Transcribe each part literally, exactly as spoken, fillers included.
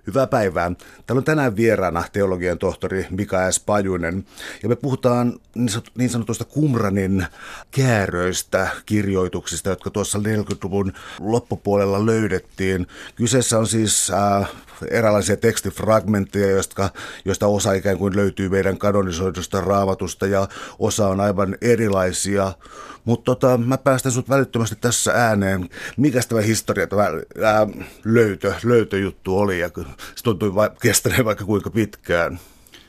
Hyvää päivää. Täällä on tänään vieraana teologian tohtori Mika S. Pajunen, ja me puhutaan niin sanotusta Qumranin kääröistä, kirjoituksista, jotka tuossa neljäkymmentäluvun loppupuolella löydettiin. Kyseessä on siis äh, eräänlaisia tekstifragmentteja, joista, joista osa ikään kuin löytyy meidän kanonisoidusta raamatusta, ja osa on aivan erilaisia. Mutta tota, mä päästän sut välittömästi tässä ääneen. Mikäs tämä historia, tämä ää, löytö, löytöjuttu oli, ja se tuntui va- kestäneen vaikka kuinka pitkään?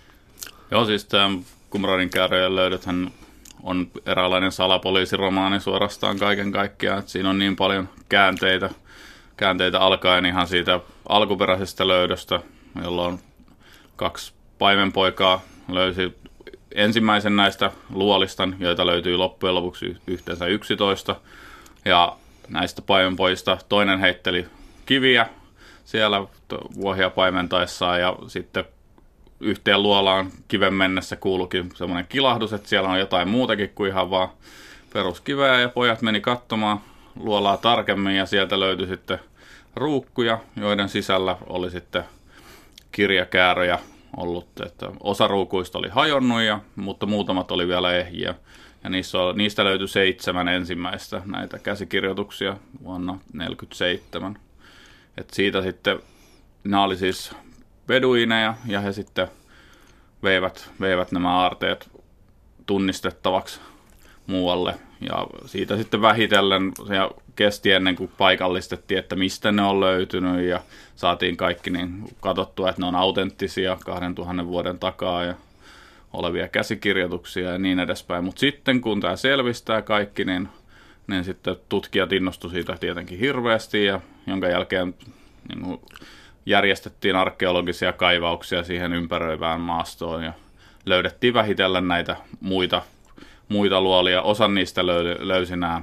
Joo, siis tämä Qumranin kääröjen löydöthän on eräänlainen salapoliisiromaani suorastaan kaiken kaikkiaan. Et siinä on niin paljon käänteitä, käänteitä alkaen ihan siitä alkuperäisestä löydöstä, jolloin kaksi paimenpoikaa löysi ensimmäisen näistä luolistan, joita löytyy loppujen lopuksi yhteensä yksitoista. Ja näistä paimenpojista toinen heitteli kiviä siellä vuohia paimentaessaan, ja sitten yhteen luolaan kiven mennessä kuuluikin semmoinen kilahdus, että siellä on jotain muutakin kuin ihan vaan peruskiveä, ja pojat meni katsomaan luolaa tarkemmin, ja sieltä löytyi sitten ruukkuja, joiden sisällä oli sitten kirjakääröjä ollut, että osa ruukuista oli hajonnut, ja, mutta muutamat oli vielä ehjiä. Ja niistä, niistä löytyi seitsemän ensimmäistä näitä käsikirjoituksia vuonna tuhatyhdeksänsataaneljäkymmentäseitsemän. Et siitä sitten, nämä oli siis beduineja, ja he sitten veivät, veivät nämä aarteet tunnistettavaksi muualle. Ja siitä sitten vähitellen ja kesti ennen kuin paikallistettiin, että mistä ne on löytynyt, ja saatiin kaikki niin katsottua, että ne on autenttisia kahdentuhannen vuoden takaa ja olevia käsikirjoituksia ja niin edespäin. Mutta sitten kun tämä selvistää kaikki, niin, niin sitten tutkijat innostuivat siitä tietenkin hirveästi, ja jonka jälkeen niin järjestettiin arkeologisia kaivauksia siihen ympäröivään maastoon, ja löydettiin vähitellen näitä muita muita luolia. Osan niistä löysi nämä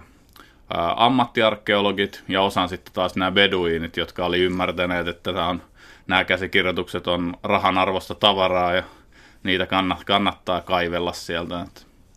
ammattiarkeologit, ja osan sitten taas nämä beduiinit, jotka oli ymmärtäneet, että tämä on, nämä käsikirjoitukset on rahan arvosta tavaraa, ja niitä kannattaa kaivella sieltä.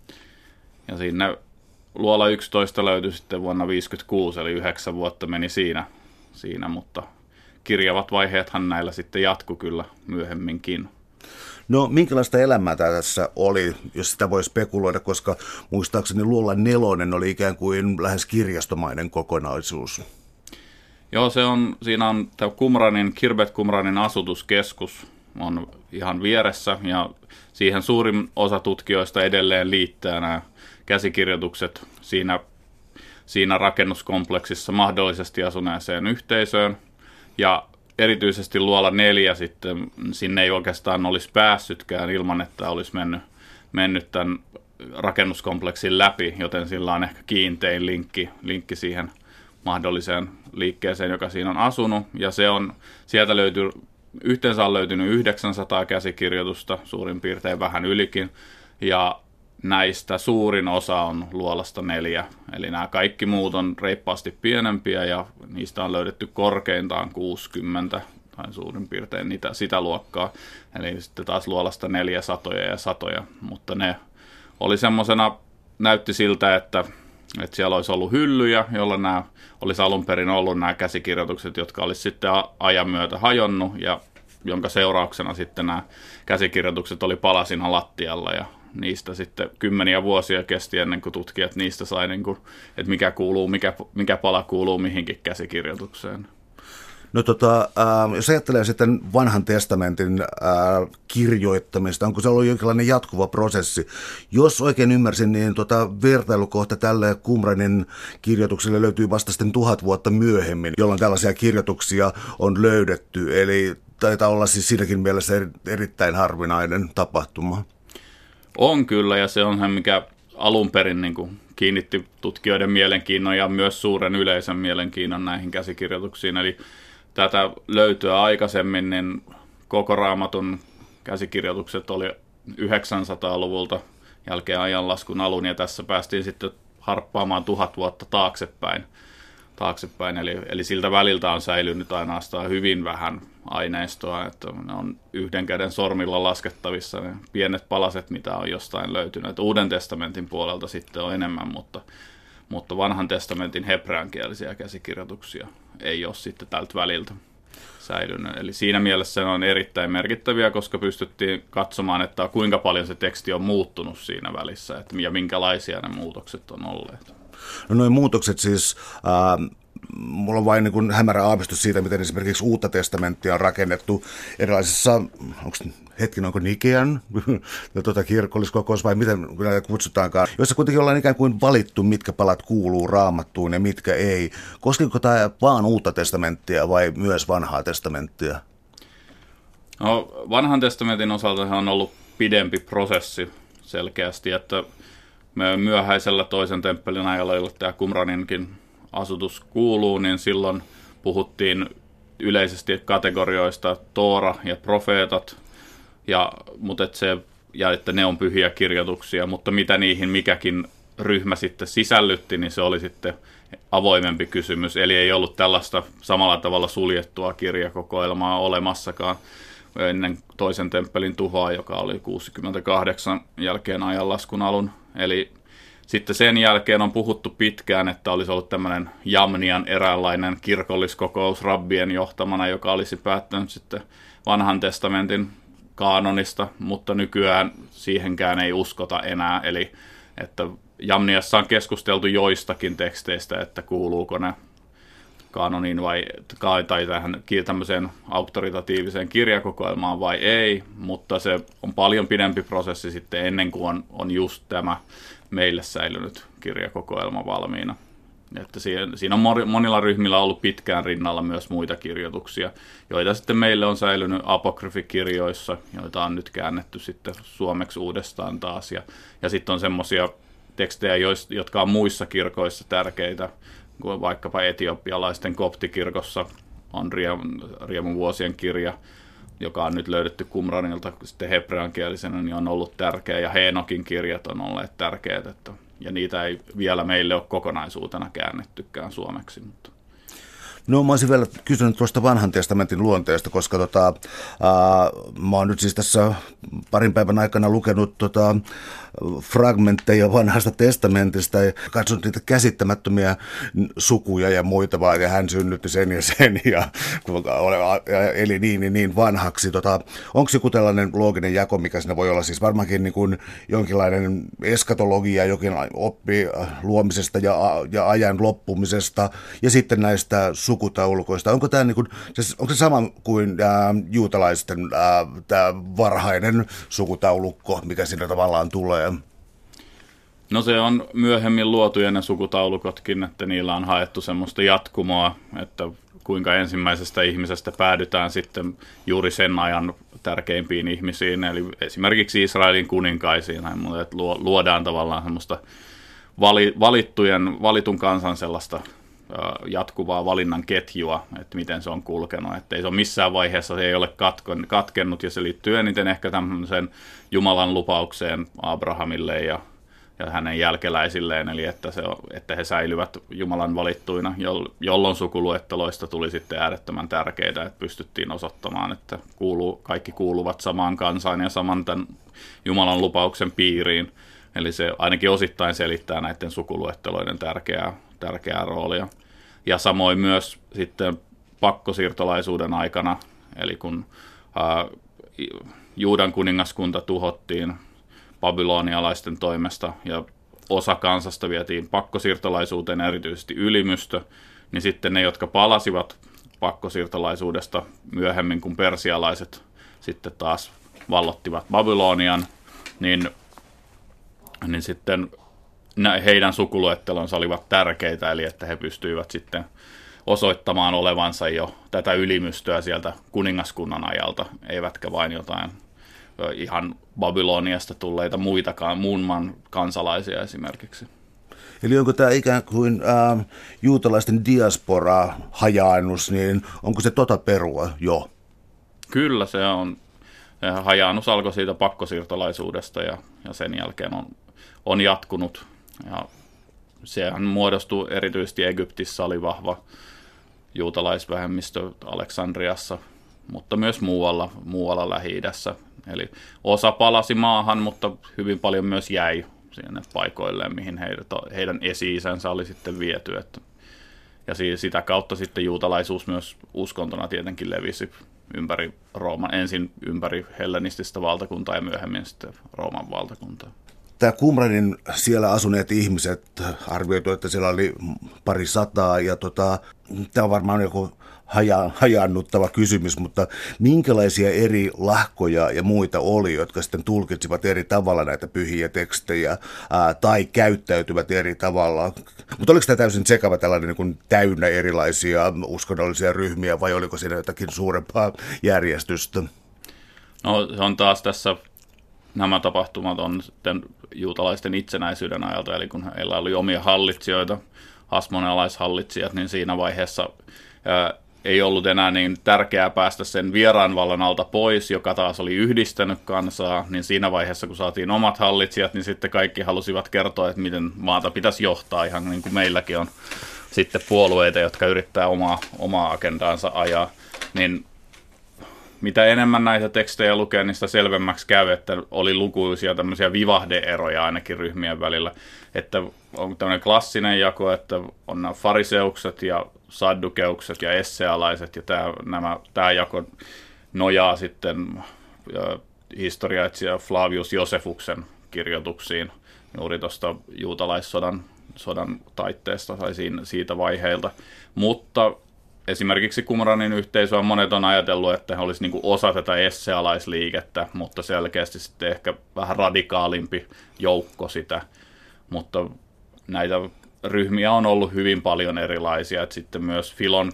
Ja siinä luola yksitoista löytyi sitten vuonna tuhatyhdeksänsataaviisikymmentäkuusi, eli yhdeksän vuotta meni siinä, siinä mutta kirjavat vaiheethan näillä sitten jatku kyllä myöhemminkin. No, minkälaista elämää tässä oli, jos sitä voi spekuloida, koska muistaakseni luola nelonen oli ikään kuin lähes kirjastomainen kokonaisuus. Joo, se on, siinä on tämä Qumranin, Khirbet Qumranin asutuskeskus on ihan vieressä, ja siihen suurin osa tutkijoista edelleen liittää nämä käsikirjoitukset siinä, siinä rakennuskompleksissa mahdollisesti asuneeseen yhteisöön, ja erityisesti luola neljä sitten, sinne ei oikeastaan olisi päässytkään ilman, että olisi mennyt, mennyt tämän rakennuskompleksin läpi, joten sillä on ehkä kiintein linkki, linkki siihen mahdolliseen liikkeeseen, joka siinä on asunut. Ja se on, sieltä löytyy, yhteensä on löytynyt yhdeksänsataa käsikirjoitusta, suurin piirtein vähän ylikin, ja näistä suurin osa on luolasta neljä, eli nämä kaikki muut on reippaasti pienempiä, ja niistä on löydetty korkeintaan kuusikymmentä, tai suurin piirtein niitä, sitä luokkaa, eli sitten taas luolasta neljä satoja ja satoja, mutta ne oli semmoisena, näytti siltä, että, että siellä olisi ollut hyllyjä, jolla nämä olisi alun perin ollut nämä käsikirjoitukset, jotka olisi sitten ajan myötä hajonnut, ja jonka seurauksena sitten nämä käsikirjoitukset oli palasina lattialla, ja niistä sitten kymmeniä vuosia kesti ennen kuin tutkijat niistä sai, niin kuin, että mikä, kuuluu, mikä, mikä pala kuuluu mihinkin käsikirjoitukseen. No tota, äh, jos ajattelee sitten vanhan testamentin äh, kirjoittamista, onko se ollut jonkinlainen jatkuva prosessi? Jos oikein ymmärsin, niin tota, vertailukohta tälle Qumranin kirjoitukselle löytyy vasta sitten tuhat vuotta myöhemmin, jolloin tällaisia kirjoituksia on löydetty. Eli taitaa olla siis siinäkin mielessä erittäin harvinainen tapahtuma. On kyllä, ja se on se, mikä alun perin niin kuin kiinnitti tutkijoiden mielenkiinnon ja myös suuren yleisön mielenkiinnon näihin käsikirjoituksiin. Eli tätä löytyä aikaisemmin, niin koko Raamatun käsikirjoitukset oli yhdeksänsataaluvulta jälkeen ajanlaskun alun, ja tässä päästiin sitten harppaamaan tuhat vuotta taaksepäin. taaksepäin. Eli, eli siltä väliltä on säilynyt ainoastaan hyvin vähän aineistoa, että ne on yhden käden sormilla laskettavissa ne pienet palaset, mitä on jostain löytynyt. Että Uuden testamentin puolelta sitten on enemmän, mutta, mutta vanhan testamentin hebreankielisiä käsikirjoituksia ei ole sitten tältä väliltä. säilynyt. Eli siinä mielessä ne on erittäin merkittäviä, koska pystyttiin katsomaan, että kuinka paljon se teksti on muuttunut siinä välissä että, ja minkälaisia ne muutokset on olleet. No noin muutokset siis, äh, mulla on vain niin kuin hämärä aavistus siitä, miten esimerkiksi Uutta testamenttia on rakennettu erilaisissa, onko hetken, onko Nikean tuota, kirkolliskokous vai miten näitä kutsutaankaan, joissa kuitenkin ollaan ikään kuin valittu, mitkä palat kuuluu Raamattuun ja mitkä ei. Koskiko tämä vaan Uutta testamenttia vai myös Vanhaa testamenttia? No, Vanhan testamentin osalta on ollut pidempi prosessi selkeästi, että me myöhäisellä toisen temppelin ajalla, jolle tämä Qumraninkin asutus kuuluu, niin silloin puhuttiin yleisesti kategorioista Toora ja profeetat, ja, mutta et se, ja että ne on pyhiä kirjoituksia, mutta mitä niihin mikäkin ryhmä sitten sisällytti, niin se oli sitten avoimempi kysymys, eli ei ollut tällaista samalla tavalla suljettua kirjakokoelmaa olemassakaan ennen toisen temppelin tuhoa, joka oli kuusikymmentäkahdeksan jälkeen ajanlaskun alun. Eli sitten sen jälkeen on puhuttu pitkään, että olisi ollut tämmöinen Jamnian eräänlainen kirkolliskokous rabbien johtamana, joka olisi päättänyt sitten Vanhan testamentin kaanonista, mutta nykyään siihenkään ei uskota enää. Eli että Jamniassa on keskusteltu joistakin teksteistä, että kuuluuko ne kaanoniin vai, tai tähän tämmöiseen auktoritatiiviseen kirjakokoelmaan vai ei, mutta se on paljon pidempi prosessi sitten ennen kuin on, on just tämä meille säilynyt kirjakokoelma valmiina. Että siinä, siinä on monilla ryhmillä ollut pitkään rinnalla myös muita kirjoituksia, joita sitten meille on säilynyt apokryfikirjoissa, joita on nyt käännetty sitten suomeksi uudestaan taas. Ja, ja sitten on semmoisia tekstejä, jotka on muissa kirkoissa tärkeitä, kuin vaikkapa etiopialaisten koptikirkossa on Riemun vuosien kirja, joka on nyt löydetty Qumranilta sitten hebreankielisenä, niin on ollut tärkeä, ja Heenokin kirjat on olleet tärkeät, että, ja niitä ei vielä meille ole kokonaisuutena käännettykään suomeksi. Mutta. No mä olisin vielä kysynyt tuosta Vanhan testamentin luonteesta, koska tota, ää, mä oon nyt siis tässä parin päivän aikana lukenut tota, fragmentteja Vanhasta testamentista ja katsonut niitä käsittämättömiä sukuja ja muita vaan, ja hän synnytti sen ja sen ja, ja eli niin, niin, niin vanhaksi. Tota, onko joku tällainen looginen jako, mikä siinä voi olla? Siis varmaankin niin kuin jonkinlainen eskatologia, jokin oppi luomisesta ja, ja ajan loppumisesta ja sitten näistä sukutaulukoista. Onko tämä niin kuin, onko se sama kuin ää, juutalaisten ää, tämä varhainen sukutaulukko, mikä siinä tavallaan tulee? No se on myöhemmin luotuja ne sukutaulukotkin, että niillä on haettu semmoista jatkumoa, että kuinka ensimmäisestä ihmisestä päädytään sitten juuri sen ajan tärkeimpiin ihmisiin, eli esimerkiksi Israelin kuninkaisiin, että luodaan tavallaan semmoista valittujen, valitun kansan sellaista jatkuvaa valinnan ketjua, että miten se on kulkenut, että ei se ole missään vaiheessa, se ei ole katkennut, ja se liittyy eniten ehkä tämmöiseen Jumalan lupaukseen Abrahamille ja, ja hänen jälkeläisilleen, eli että, se, että he säilyvät Jumalan valittuina, jolloin sukuluetteloista tuli sitten äärettömän tärkeää, että pystyttiin osoittamaan, että kuuluu, kaikki kuuluvat samaan kansaan ja saman tämän Jumalan lupauksen piiriin, eli se ainakin osittain selittää näiden sukuluetteloiden tärkeää tärkeää roolia. Ja samoin myös sitten pakkosiirtolaisuuden aikana, eli kun ää, Juudan kuningaskunta tuhottiin babylonialaisten toimesta ja osa kansasta vietiin pakkosiirtolaisuuteen, erityisesti ylimystö, niin sitten ne, jotka palasivat pakkosiirtolaisuudesta myöhemmin, kun persialaiset sitten taas vallottivat Babylonian, niin, niin sitten heidän sukuluettelonsa olivat tärkeitä, eli että he pystyivät sitten osoittamaan olevansa jo tätä ylimystöä sieltä kuningaskunnan ajalta, eivätkä vain jotain ihan Babyloniasta tulleita muitakaan, muun maan kansalaisia esimerkiksi. Eli onko tämä ikään kuin äh, juutalaisten diaspora-hajaannus, niin onko se tota perua jo? Kyllä se on. Hajaannus alkoi siitä pakkosiirtolaisuudesta ja, ja sen jälkeen on, on jatkunut. Ja sehän muodostui erityisesti Egyptissä, oli vahva juutalaisvähemmistö Aleksandriassa, mutta myös muualla, muualla Lähi-idässä. Eli osa palasi maahan, mutta hyvin paljon myös jäi sinne paikoilleen, mihin heidät, heidän esi-isänsä oli sitten viety. Että, ja sitä kautta sitten juutalaisuus myös uskontona tietenkin levisi ympäri Rooman, ensin ympäri hellenististä valtakuntaa ja myöhemmin sitten Rooman valtakuntaa. Tämä Qumranin siellä asuneet ihmiset, arvioitu, että siellä oli pari sataa, ja tota, tämä on varmaan joku haja, hajannuttava kysymys, mutta minkälaisia eri lahkoja ja muita oli, jotka sitten tulkitsivat eri tavalla näitä pyhiä tekstejä ää, tai käyttäytyvät eri tavalla? Mutta oliko tämä täysin sekava tällainen niin kuin täynnä erilaisia uskonnollisia ryhmiä, vai oliko siinä jotakin suurempaa järjestystä? No se on taas tässä, nämä tapahtumat on sitten juutalaisten itsenäisyyden ajalta, eli kun heillä oli omia hallitsijoita, hasmonealaishallitsijat, niin siinä vaiheessa ää, ei ollut enää niin tärkeää päästä sen vieraan vallan alta pois, joka taas oli yhdistänyt kansaa, niin siinä vaiheessa, kun saatiin omat hallitsijat, niin sitten kaikki halusivat kertoa, että miten maata pitäisi johtaa, ihan niin kuin meilläkin on sitten puolueita, jotka yrittää omaa, omaa agendaansa ajaa, niin mitä enemmän näitä tekstejä lukee, niin sitä selvemmäksi käy, että oli lukuisia tämmöisiä vivahde-eroja ainakin ryhmien välillä. Että on tämmöinen klassinen jako, että on nämä fariseukset ja saddukeukset ja essealaiset, ja tämä, nämä, tämä jako nojaa sitten historiaitsija Flavius Josefuksen kirjoituksiin juuri tuosta juutalaissodan sodan taitteesta tai siinä, siitä vaiheilta, mutta esimerkiksi Qumranin yhteisöä monet on ajatellut, että he olisi niin kuin osa tätä essealaisliikettä, mutta selkeästi sitten ehkä vähän radikaalimpi joukko sitä. Mutta näitä ryhmiä on ollut hyvin paljon erilaisia. Että sitten myös Filon,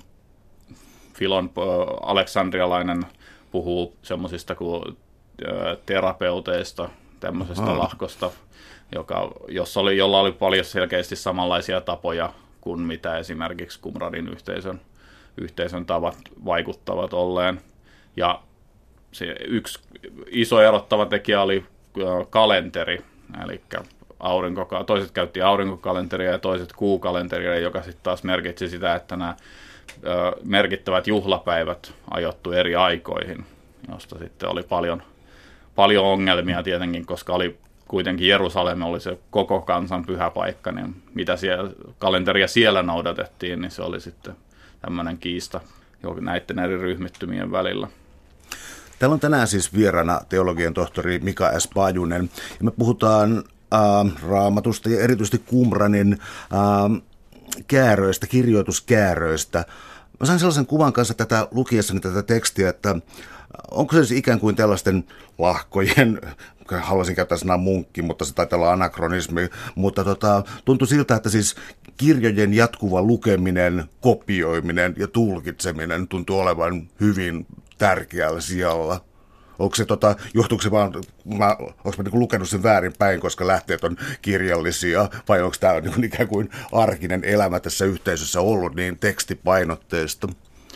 Filon aleksandrialainen puhuu semmoisista kuin terapeuteista, tämmöisestä oh. lahkosta, joka, jossa oli, jolla oli paljon selkeästi samanlaisia tapoja kuin mitä esimerkiksi Qumranin yhteisön yhteisön tavat vaikuttavat olleen. Ja se yksi iso erottava tekijä oli kalenteri, eli aurinko, toiset käytti aurinkokalenteria ja toiset kuukalenteria, joka sitten taas merkitsi sitä, että nämä merkittävät juhlapäivät ajoittui eri aikoihin, josta sitten oli paljon, paljon ongelmia tietenkin, koska oli kuitenkin Jerusalem oli se koko kansan pyhäpaikka, niin mitä siellä, kalenteria siellä noudatettiin, niin se oli sitten tämmöinen kiista näiden eri ryhmittymien välillä. Täällä on tänään siis vieraana teologian tohtori Mika S. Pajunen, ja me puhutaan äh, Raamatusta ja erityisesti Qumranin äh, kääröistä, kirjoituskääröistä. Mä sain sellaisen kuvan kanssa tätä lukiessani tätä tekstiä, että onko se siis ikään kuin tällaisten lahkojen, haluaisin käyttää sanaa munkki, mutta se taitaa olla anakronismi, mutta tota, tuntui siltä, että siis kirjojen jatkuva lukeminen, kopioiminen ja tulkitseminen tuntuu olevan hyvin tärkeällä sijalla. Onko se, tota, johtuuko se vaan, mä, onko mä niin lukenut sen väärin päin, koska lähteet on kirjallisia, vai onko tämä niin ikään kuin arkinen elämä tässä yhteisössä ollut niin tekstipainotteista?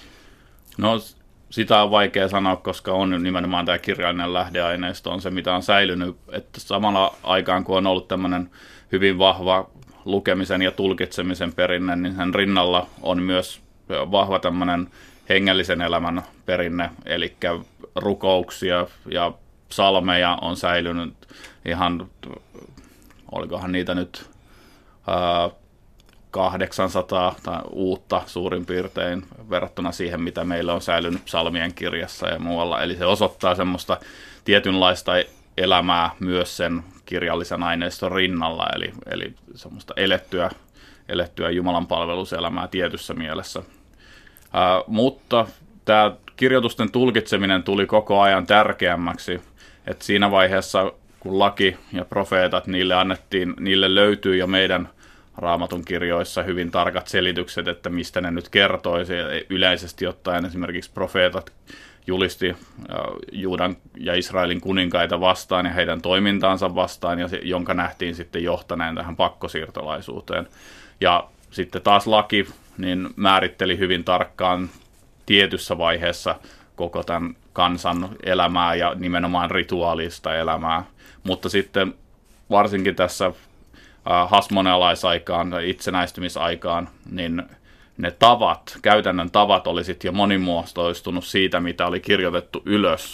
No sitä on vaikea sanoa, koska on nimenomaan tämä kirjallinen lähdeaineisto on se, mitä on säilynyt, että samalla aikaan, kun on ollut tämmöinen hyvin vahva lukemisen ja tulkitsemisen perinne, niin sen rinnalla on myös vahva tämmöinen hengellisen elämän perinne, eli rukouksia ja psalmeja on säilynyt ihan, olikohan niitä nyt ää, kahdeksansataa tai uutta suurin piirtein verrattuna siihen, mitä meillä on säilynyt psalmien kirjassa ja muualla. Eli se osoittaa semmoista tietynlaista elämää myös sen kirjallisen aineiston rinnalla, eli, eli semmoista elettyä, elettyä Jumalan palveluselämää tietyssä mielessä. Ää, mutta tämä kirjoitusten tulkitseminen tuli koko ajan tärkeämmäksi, että siinä vaiheessa, kun laki ja profeetat, niille annettiin, niille löytyy jo meidän Raamatun kirjoissa hyvin tarkat selitykset, että mistä ne nyt kertoisi. Yleisesti ottaen esimerkiksi profeetat julisti Juudan ja Israelin kuninkaita vastaan ja heidän toimintaansa vastaan, ja se, jonka nähtiin sitten johtaneen tähän pakkosiirtolaisuuteen. Ja sitten taas laki niin määritteli hyvin tarkkaan tietyssä vaiheessa koko tämän kansan elämää ja nimenomaan rituaalista elämää. Mutta sitten varsinkin tässä hasmonealaisaikaan tai itsenäistymisaikaan, niin ne tavat, käytännön tavat oli sitten jo monimuotoistunut siitä, mitä oli kirjoitettu ylös.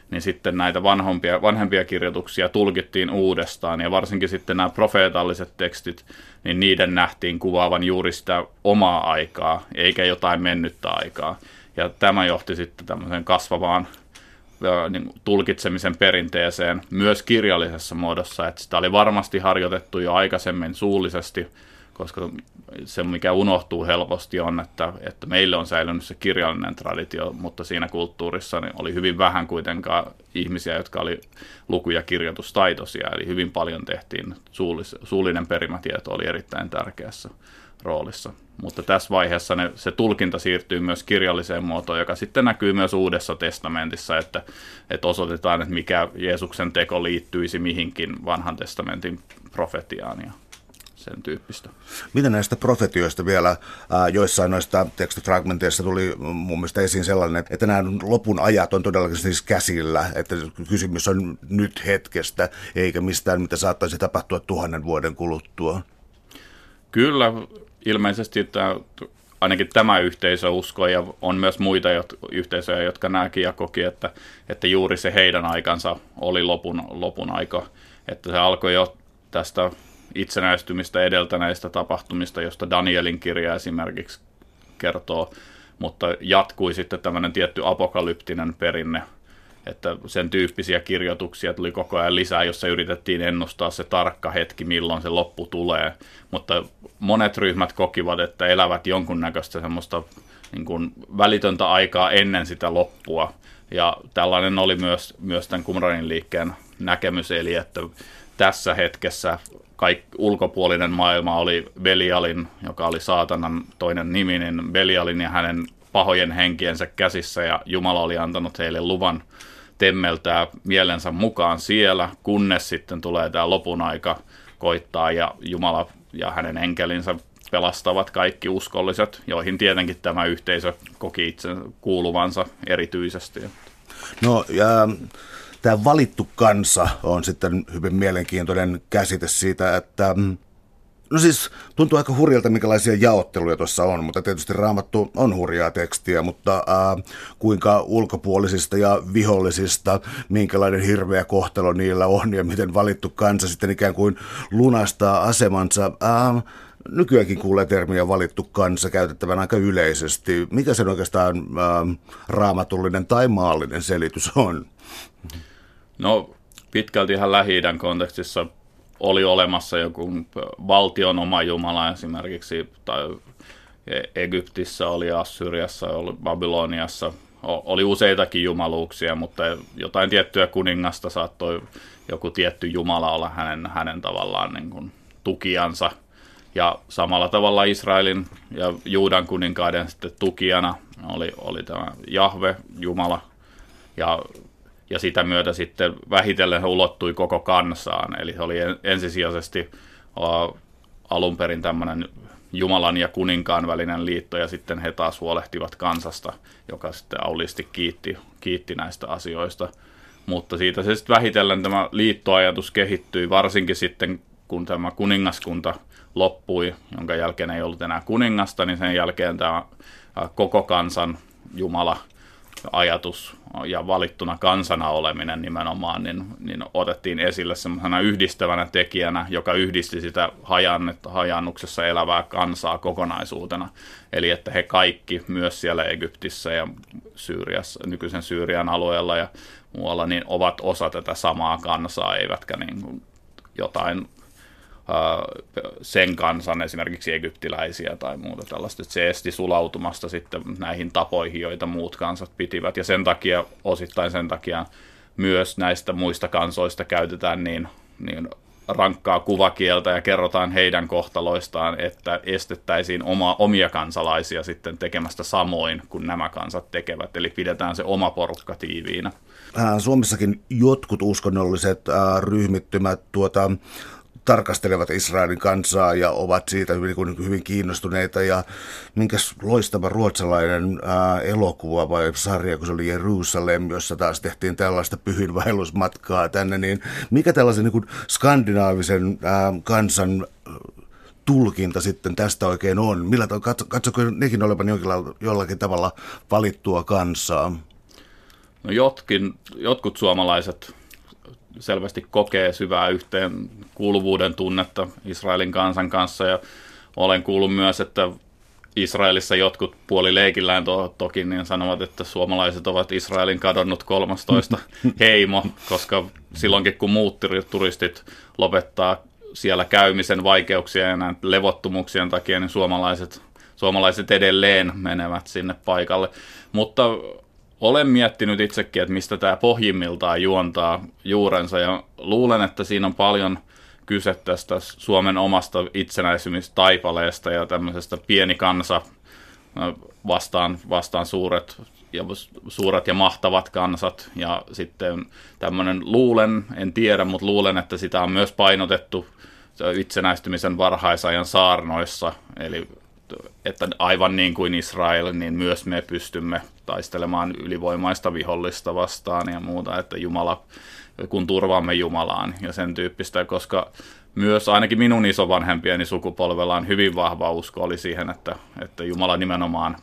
niin sitten näitä vanhempia, vanhempia kirjoituksia tulkittiin uudestaan, ja varsinkin sitten nämä profeetalliset tekstit, niin niiden nähtiin kuvaavan juuri sitä omaa aikaa, eikä jotain mennyttä aikaa. Ja tämä johti sitten tämmöiseen kasvavaan niin tulkitsemisen perinteeseen myös kirjallisessa muodossa, että sitä oli varmasti harjoitettu jo aikaisemmin suullisesti, koska se, mikä unohtuu helposti, on, että, että meille on säilynyt se kirjallinen traditio, mutta siinä kulttuurissa niin oli hyvin vähän kuitenkaan ihmisiä, jotka oli luku- ja kirjoitustaitoisia, eli hyvin paljon tehtiin, suullis, suullinen perimätieto oli erittäin tärkeässä roolissa. Mutta tässä vaiheessa ne, se tulkinta siirtyy myös kirjalliseen muotoon, joka sitten näkyy myös Uudessa testamentissa, että, että osoitetaan, että mikä Jeesuksen teko liittyisi mihinkin vanhan testamentin profetiaan ja sen tyyppistä. Miten näistä profetioista vielä, ää, joissain noista tekstifragmenteissa tuli mun mielestä esiin sellainen, että nämä lopun ajat on todellakin siis käsillä, että kysymys on nyt hetkestä, eikä mistään, mitä saattaisi tapahtua tuhannen vuoden kuluttua? Kyllä, ilmeisesti tämä, ainakin tämä yhteisö uskoi, ja on myös muita yhteisöjä, jotka näki ja koki, että, että juuri se heidän aikansa oli lopun, lopun aika, että se alkoi jo tästä itsenäistymistä edeltäneistä tapahtumista, josta Danielin kirja esimerkiksi kertoo, mutta jatkui sitten tämmöinen tietty apokalyptinen perinne, että sen tyyppisiä kirjoituksia tuli koko ajan lisää, jossa yritettiin ennustaa se tarkka hetki, milloin se loppu tulee, mutta monet ryhmät kokivat, että elävät jonkunnäköistä semmoista niin kuin välitöntä aikaa ennen sitä loppua, ja tällainen oli myös, myös tämän Qumranin liikkeen näkemys, eli että tässä hetkessä kaikki ulkopuolinen maailma oli Belialin, joka oli saatanan toinen nimi, niin Belialin ja hänen pahojen henkiensä käsissä, ja Jumala oli antanut heille luvan temmeltää mielensä mukaan siellä, kunnes sitten tulee tämä lopun aika koittaa, ja Jumala ja hänen enkelinsä pelastavat kaikki uskolliset, joihin tietenkin tämä yhteisö koki itse kuuluvansa erityisesti. No, ja tämä valittu kansa on sitten hyvin mielenkiintoinen käsite siitä, että no siis tuntuu aika hurjalta, minkälaisia jaotteluja tuossa on, mutta tietysti Raamattu on hurjaa tekstiä, mutta ää, kuinka ulkopuolisista ja vihollisista, minkälainen hirveä kohtelo niillä on ja miten valittu kansa sitten ikään kuin lunastaa asemansa. Ää, nykyäänkin kuulee termiä valittu kansa käytettävän aika yleisesti. Mikä sen oikeastaan ää, raamatullinen tai maallinen selitys on? No pitkälti ihan Lähi-idän kontekstissa oli olemassa joku valtion oma jumala esimerkiksi, tai Egyptissä oli, Assyriassa oli, Babyloniassa oli useitakin jumaluuksia, mutta jotain tiettyä kuningasta saattoi joku tietty jumala olla hänen, hänen tavallaan niin kuin tukijansa. Ja samalla tavalla Israelin ja Juudan kuninkaiden sitten tukijana oli, oli tämä Jahve, Jumala, ja Ja sitä myötä sitten vähitellen he ulottui koko kansaan. Eli se oli ensisijaisesti uh, alun perin tämmöinen Jumalan ja kuninkaan välinen liitto, ja sitten he taas huolehtivat kansasta, joka sitten auliisti kiitti, kiitti näistä asioista. Mutta siitä se sitten vähitellen tämä liittoajatus kehittyi, varsinkin sitten kun tämä kuningaskunta loppui, jonka jälkeen ei ollut enää kuningasta, niin sen jälkeen tämä uh, koko kansan Jumala ajatus ja valittuna kansana oleminen nimenomaan, niin, niin otettiin esille semmoisena yhdistävänä tekijänä, joka yhdisti sitä hajannuksessa elävää kansaa kokonaisuutena. Eli että he kaikki, myös siellä Egyptissä ja Syyriassa, nykyisen Syyrian alueella ja muualla, niin ovat osa tätä samaa kansaa, eivätkä niin kuin jotain sen kansan, esimerkiksi egyptiläisiä tai muuta tällaista, että se esti sulautumasta sitten näihin tapoihin, joita muut kansat pitivät, ja sen takia, osittain sen takia myös näistä muista kansoista käytetään niin, niin rankkaa kuvakieltä ja kerrotaan heidän kohtaloistaan, että estettäisiin oma, omia kansalaisia sitten tekemästä samoin kuin nämä kansat tekevät, eli pidetään se oma porukka tiiviinä. Suomessakin jotkut uskonnolliset äh, ryhmittymät tuota tarkastelevat Israelin kansaa ja ovat siitä hyvin, hyvin kiinnostuneita. Ja minkäs loistava ruotsalainen ää, elokuva vai sarja, kun se oli Jerusalem, jossa taas tehtiin tällaista pyhinvaellusmatkaa tänne, niin mikä tällaisen niin kuin skandinaavisen ää, kansan tulkinta sitten tästä oikein on? Millä katsoko nekin olevan jollakin tavalla valittua kansaa? No jotkin, jotkut suomalaiset selvästi kokee syvää yhteenkuuluvuuden tunnetta Israelin kansan kanssa, ja olen kuullut myös, että Israelissa jotkut puolileikillään to, toki niin sanovat, että suomalaiset ovat Israelin kadonnut kolmastoista heimo, koska silloinkin kun muut turistit lopettaa siellä käymisen vaikeuksia ja näin levottomuuksien takia, niin suomalaiset, suomalaiset edelleen menevät sinne paikalle. Mutta olen miettinyt itsekin, että mistä tämä pohjimmiltaan juontaa juurensa, ja luulen, että siinä on paljon kyse tästä Suomen omasta itsenäisymistaipaleesta ja tämmöisestä pieni kansa vastaan, vastaan suuret, ja, suuret ja mahtavat kansat, ja sitten tämmöinen luulen, en tiedä, mutta luulen, että sitä on myös painotettu itsenäistymisen varhaisajan saarnoissa, eli että aivan niin kuin Israel, niin myös me pystymme taistelemaan ylivoimaista vihollista vastaan ja muuta, että Jumala, kun turvaamme Jumalaan ja sen tyyppistä, koska myös ainakin minun isovanhempieni sukupolvella on hyvin vahva usko oli siihen, että, että Jumala nimenomaan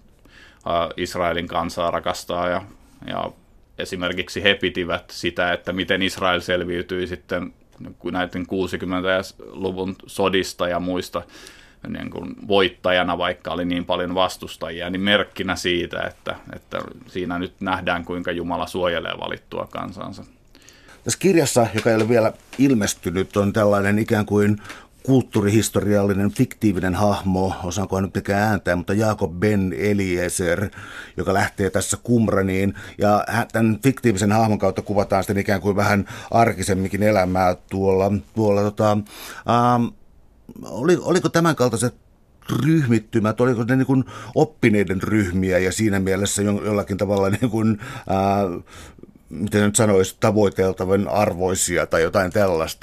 Israelin kansaa rakastaa, ja, ja esimerkiksi he pitivät sitä, että miten Israel selviytyi sitten näiden kuusikymmentäluvun sodista ja muista niin kuin voittajana, vaikka oli niin paljon vastustajia, niin merkkinä siitä, että, että siinä nyt nähdään, kuinka Jumala suojelee valittua kansansa. Tässä kirjassa, joka ei ole vielä ilmestynyt, on tällainen ikään kuin kulttuurihistoriallinen fiktiivinen hahmo, osaankohan nyt mikään ääntää, mutta Jacob Ben Eliezer, joka lähtee tässä Qumraniin, ja tämän fiktiivisen hahmon kautta kuvataan sitten ikään kuin vähän arkisemminkin elämää tuolla, tuolla tota, ähm, oli, oliko tämän kaltaiset ryhmittymät, oliko ne niin kuin oppineiden ryhmiä ja siinä mielessä jollakin tavalla niin kuin, äh, miten nyt sanoisi, tavoiteltavan arvoisia tai jotain tällaista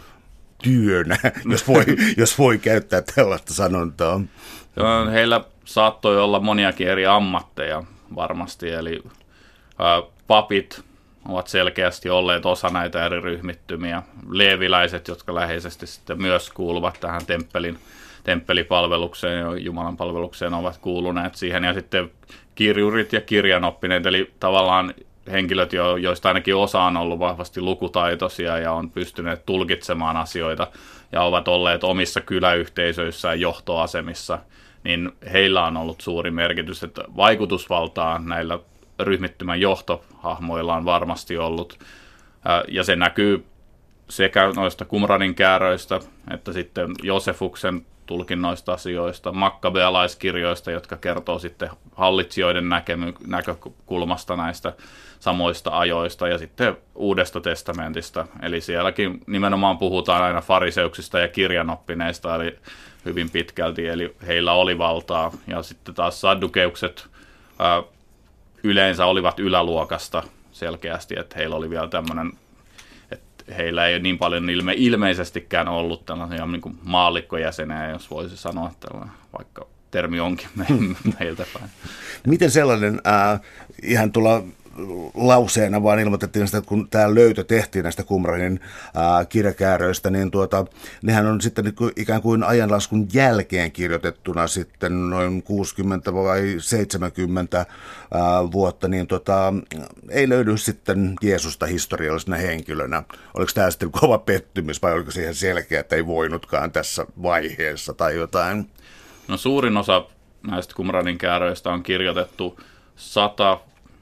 työnä, jos voi, jos voi käyttää tällaista sanontaa. Heillä saattoi olla moniakin eri ammatteja varmasti, eli ää, papit ovat selkeästi olleet osa näitä eri ryhmittymiä. Leeviläiset, jotka läheisesti sitten myös kuuluvat tähän temppelin, temppelipalvelukseen ja Jumalan palvelukseen, ovat kuuluneet siihen. Ja sitten kirjurit ja kirjanoppineet, eli tavallaan henkilöt, joista ainakin osa on ollut vahvasti lukutaitoisia ja on pystyneet tulkitsemaan asioita ja ovat olleet omissa kyläyhteisöissään johtoasemissa, niin heillä on ollut suuri merkitys, että vaikutusvaltaa näillä ryhmittymän johtohahmoilla on varmasti ollut. Ja se näkyy sekä noista Qumranin kääröistä että sitten Josefuksen tulkinnoista asioista, makkabealaiskirjoista, jotka kertoo sitten hallitsijoiden näkemy- näkökulmasta näistä samoista ajoista, ja sitten Uudesta testamentista. Eli sielläkin nimenomaan puhutaan aina fariseuksista ja kirjanoppineista, eli hyvin pitkälti, eli heillä oli valtaa. Ja sitten taas saddukeukset ää, yleensä olivat yläluokasta selkeästi, että heillä oli vielä tämmöinen, että heillä ei niin paljon ilme, ilmeisestikään ollut tällaisia niin kuin maallikkojäseniä, jos voisi sanoa tällainen, vaikka termi onkin me, meiltä päin. Miten sellainen, äh, ihan tuolla lauseena vaan ilmoitettiin sitä, että kun tämä löytö tehtiin näistä Qumranin äh, kirjakääröistä, niin tuota, nehän on sitten niin kuin, ikään kuin ajanlaskun jälkeen kirjoitettuna sitten noin kuusikymmentä vai seitsemänkymmentä äh, vuotta, niin tuota, ei löydy sitten Jeesusta historiallisena henkilönä. Oliko tämä sitten kova pettymys vai oliko siihen selkeä, että ei voinutkaan tässä vaiheessa tai jotain? No suurin osa näistä Qumranin kääröistä on kirjoitettu sata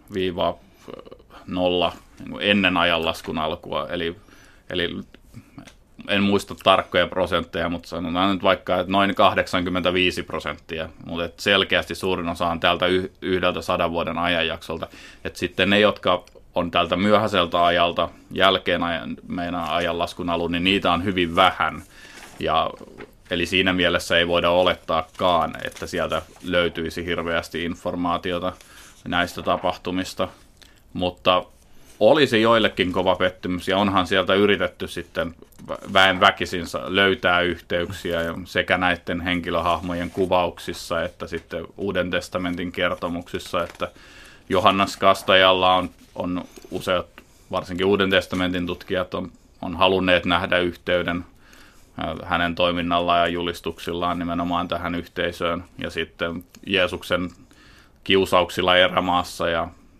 nolla ennen ajanlaskun alkua, eli, eli en muista tarkkoja prosentteja, mutta sanotaan nyt vaikka, että noin kahdeksankymmentäviisi prosenttia, mutta selkeästi suurin osa on tältä yhdeltä sadan vuoden ajanjaksolta, että sitten ne, jotka on tältä myöhäiseltä ajalta jälkeen ajan, meidän ajanlaskun alun, niin niitä on hyvin vähän, ja eli siinä mielessä ei voida olettaakaan, että sieltä löytyisi hirveästi informaatiota näistä tapahtumista, mutta olisi joillekin kova pettymys, ja onhan sieltä yritetty sitten väen väkisin löytää yhteyksiä sekä näiden henkilöhahmojen kuvauksissa että sitten Uuden testamentin kertomuksissa, että Johannes Kastajalla on, on useat, varsinkin Uuden testamentin tutkijat on, on halunneet nähdä yhteyden hänen toiminnallaan ja julistuksillaan nimenomaan tähän yhteisöön, ja sitten Jeesuksen kiusauksilla erämaassa ja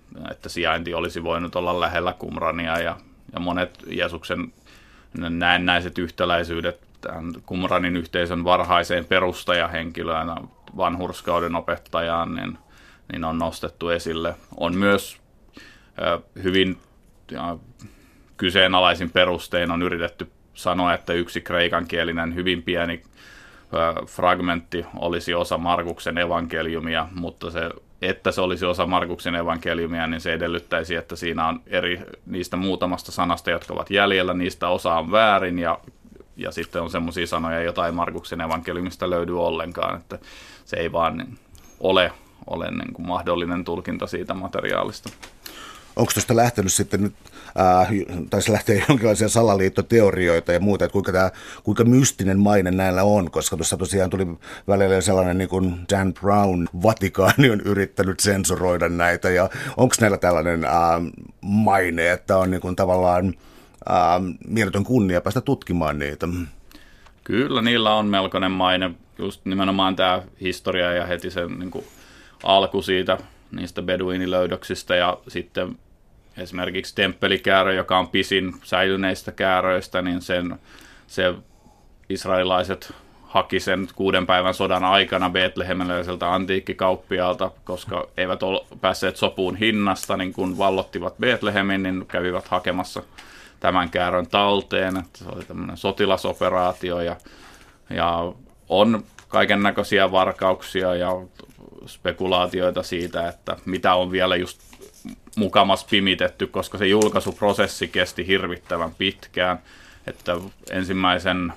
että sijainti olisi voinut olla lähellä Qumrania ja, ja monet Jeesuksen näennäiset yhtäläisyydet tämän Qumranin yhteisön varhaiseen perustajahenkilöön, vanhurskauden opettajaan, niin, niin on nostettu esille. On myös ö, hyvin ja, kyseenalaisin perustein on yritetty sanoa, että yksi kreikankielinen hyvin pieni ö, fragmentti olisi osa Markuksen evankeliumia, mutta se, että se olisi osa Markuksen evankeliumia, niin se edellyttäisi, että siinä on eri niistä muutamasta sanasta, jotka ovat jäljellä, niistä osa on väärin ja, ja sitten on semmoisia sanoja, joita ei Markuksen evankeliumista löydy ollenkaan, että se ei vaan ole, ole niin kuin mahdollinen tulkinta siitä materiaalista. Onko tuosta lähtenyt sitten nyt, äh, tai se lähtee jonkinlaisia salaliittoteorioita ja muuta, että kuinka, tämä, kuinka mystinen maine näillä on, koska tuossa tosiaan tuli välillä sellainen niin kuin Dan Brown, Vatikaani on yrittänyt sensuroida näitä, ja onko näillä tällainen äh, maine, että on niin kuin tavallaan äh, mieletön kunnia päästä tutkimaan niitä? Kyllä, niillä on melkoinen maine, just nimenomaan tämä historia ja heti sen niin kuin alku siitä, niistä beduinilöydöksistä ja sitten esimerkiksi temppelikäärö, joka on pisin säilyneistä kääröistä, niin sen, se israelilaiset haki sen kuuden päivän sodan aikana betlehemiläiseltä antiikkikauppiaalta, koska eivät ole päässeet sopuun hinnasta, niin kun vallottivat Betlehemin, niin kävivät hakemassa tämän käärön talteen, että se oli tämmöinen sotilasoperaatio ja, ja on kaiken näköisiä varkauksia ja spekulaatioita siitä, että mitä on vielä just mukamas pimitetty, koska se julkaisuprosessi kesti hirvittävän pitkään, että ensimmäisen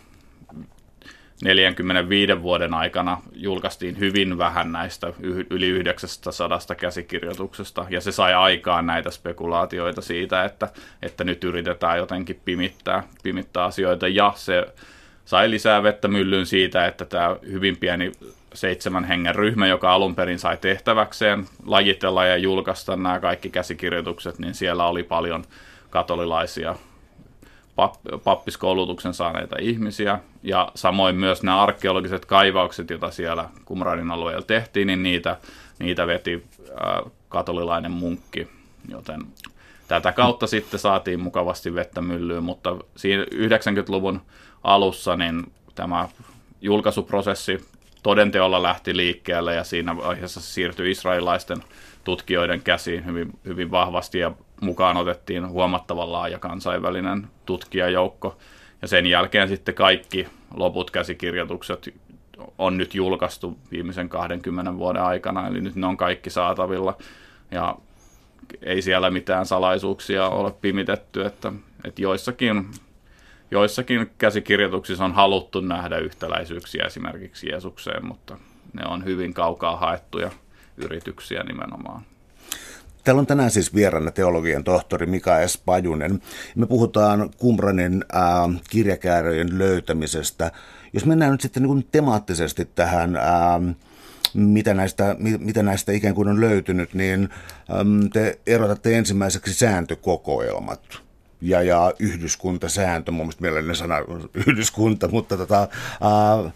neljänkymmenenviiden vuoden aikana julkaistiin hyvin vähän näistä yli yhdeksänsataa käsikirjoituksesta, ja se sai aikaan näitä spekulaatioita siitä, että, että nyt yritetään jotenkin pimittää, pimittää asioita, ja se sai lisää vettä myllyyn siitä, että tämä hyvin pieni seitsemän hengen ryhmä, joka alun perin sai tehtäväkseen lajitella ja julkaista nämä kaikki käsikirjoitukset, niin siellä oli paljon katolilaisia pappiskoulutuksen saaneita ihmisiä, ja samoin myös nämä arkeologiset kaivaukset, joita siellä Qumranin alueella tehtiin, niin niitä, niitä veti ää, katolilainen munkki, joten tätä kautta sitten saatiin mukavasti vettä myllyyn, mutta siinä yhdeksänkymmentäluvun alussa niin tämä julkaisuprosessi todenteolla lähti liikkeelle, ja siinä vaiheessa se siirtyi israelilaisten tutkijoiden käsiin hyvin, hyvin vahvasti, ja mukaan otettiin huomattavan laaja kansainvälinen tutkijajoukko. Ja sen jälkeen sitten kaikki loput käsikirjoitukset on nyt julkaistu viimeisen kahdenkymmenen vuoden aikana, eli nyt ne on kaikki saatavilla, ja ei siellä mitään salaisuuksia ole pimitetty, että, että joissakin, joissakin käsikirjoituksissa on haluttu nähdä yhtäläisyyksiä esimerkiksi Jeesukseen, mutta ne on hyvin kaukaa haettuja yrityksiä nimenomaan. Täällä on tänään siis vieraana teologian tohtori Mika S. Pajunen. Me puhutaan Qumranin äh, kirjakääröjen löytämisestä. Jos mennään nyt sitten niin kuin temaattisesti tähän, äh, mitä, näistä, mitä näistä ikään kuin on löytynyt, niin ähm, te erotatte ensimmäiseksi sääntökokoelmat ja, ja yhdyskuntasääntö, mun mielestä mielellinen sana yhdyskunta, mutta tota, äh,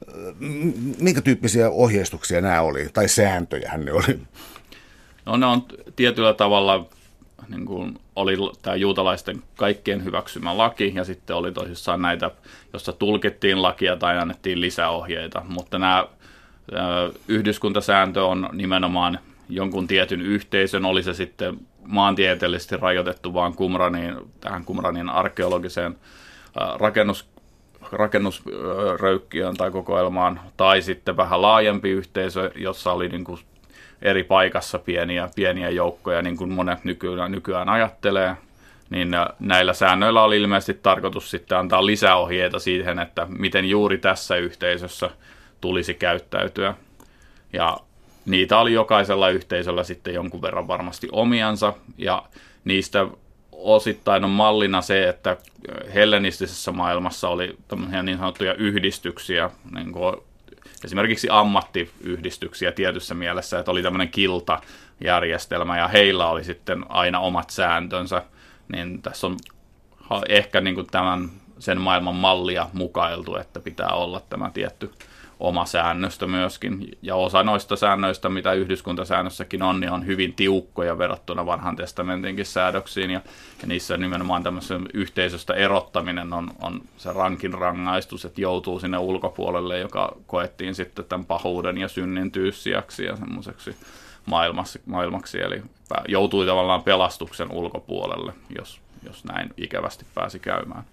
minkä tyyppisiä ohjeistuksia nämä oli, tai sääntöjähän ne oli? No ne on tietyllä tavalla, niin kuin oli tämä juutalaisten kaikkien hyväksymä laki, ja sitten oli tosissaan näitä, jossa tulkittiin lakia tai annettiin lisäohjeita, mutta nämä yhdyskuntasääntö on nimenomaan jonkun tietyn yhteisön, oli se sitten maantieteellisesti rajoitettu vaan Qumraniin, tähän Qumranin arkeologiseen rakennus, rakennusröykkiöön tai kokoelmaan, tai sitten vähän laajempi yhteisö, jossa oli niin kuin eri paikassa pieniä, pieniä joukkoja, niin kuin monet nykyään, nykyään ajattelee, niin näillä säännöillä oli ilmeisesti tarkoitus sitten antaa lisäohjeita siihen, että miten juuri tässä yhteisössä tulisi käyttäytyä. Ja niitä oli jokaisella yhteisöllä sitten jonkun verran varmasti omiansa, ja niistä osittain on mallina se, että hellenistisessä maailmassa oli tämmöisiä niin sanottuja yhdistyksiä, niin kuin esimerkiksi ammattiyhdistyksiä tietyssä mielessä, että oli tämmöinen kiltajärjestelmä ja heillä oli sitten aina omat sääntönsä, niin tässä on ehkä niin kuin tämän, sen maailman mallia mukailtu, että pitää olla tämä tietty oma säännöstö myöskin. Ja osa noista säännöistä, mitä yhdyskuntasäännössäkin on, niin on hyvin tiukkoja verrattuna vanhan testamentinkin säädöksiin. Ja, ja niissä nimenomaan tämmöisen yhteisöstä erottaminen on, on se rankin rangaistus, että joutuu sinne ulkopuolelle, joka koettiin sitten tämän pahuuden ja synnin tyyssiäksi ja semmoiseksi maailmaksi, maailmaksi. Eli joutui tavallaan pelastuksen ulkopuolelle, jos, jos näin ikävästi pääsi käymään.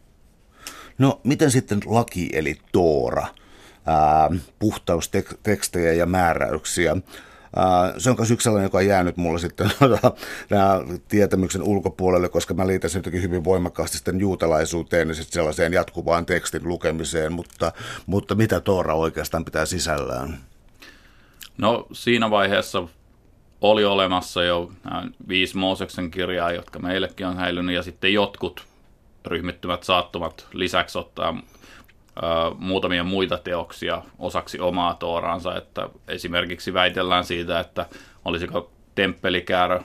No, miten sitten laki eli Toora? Ää, puhtaustekstejä ja määräyksiä. Ää, se on myös yksi sellainen, joka on jäänyt mulle sitten nämä tietämyksen ulkopuolelle, koska mä liitän sen jotenkin hyvin voimakkaasti sitten juutalaisuuteen ja sitten sellaiseen jatkuvaan tekstin lukemiseen, mutta, mutta mitä Toora oikeastaan pitää sisällään? No, siinä vaiheessa oli olemassa jo viisi Mooseksen kirjaa, jotka meillekin on häilynyt, ja sitten jotkut ryhmittymät saattuvat lisäksi ottaa muutamia muita teoksia osaksi omaa Tooraansa, että esimerkiksi väitellään siitä, että olisiko temppelikäärö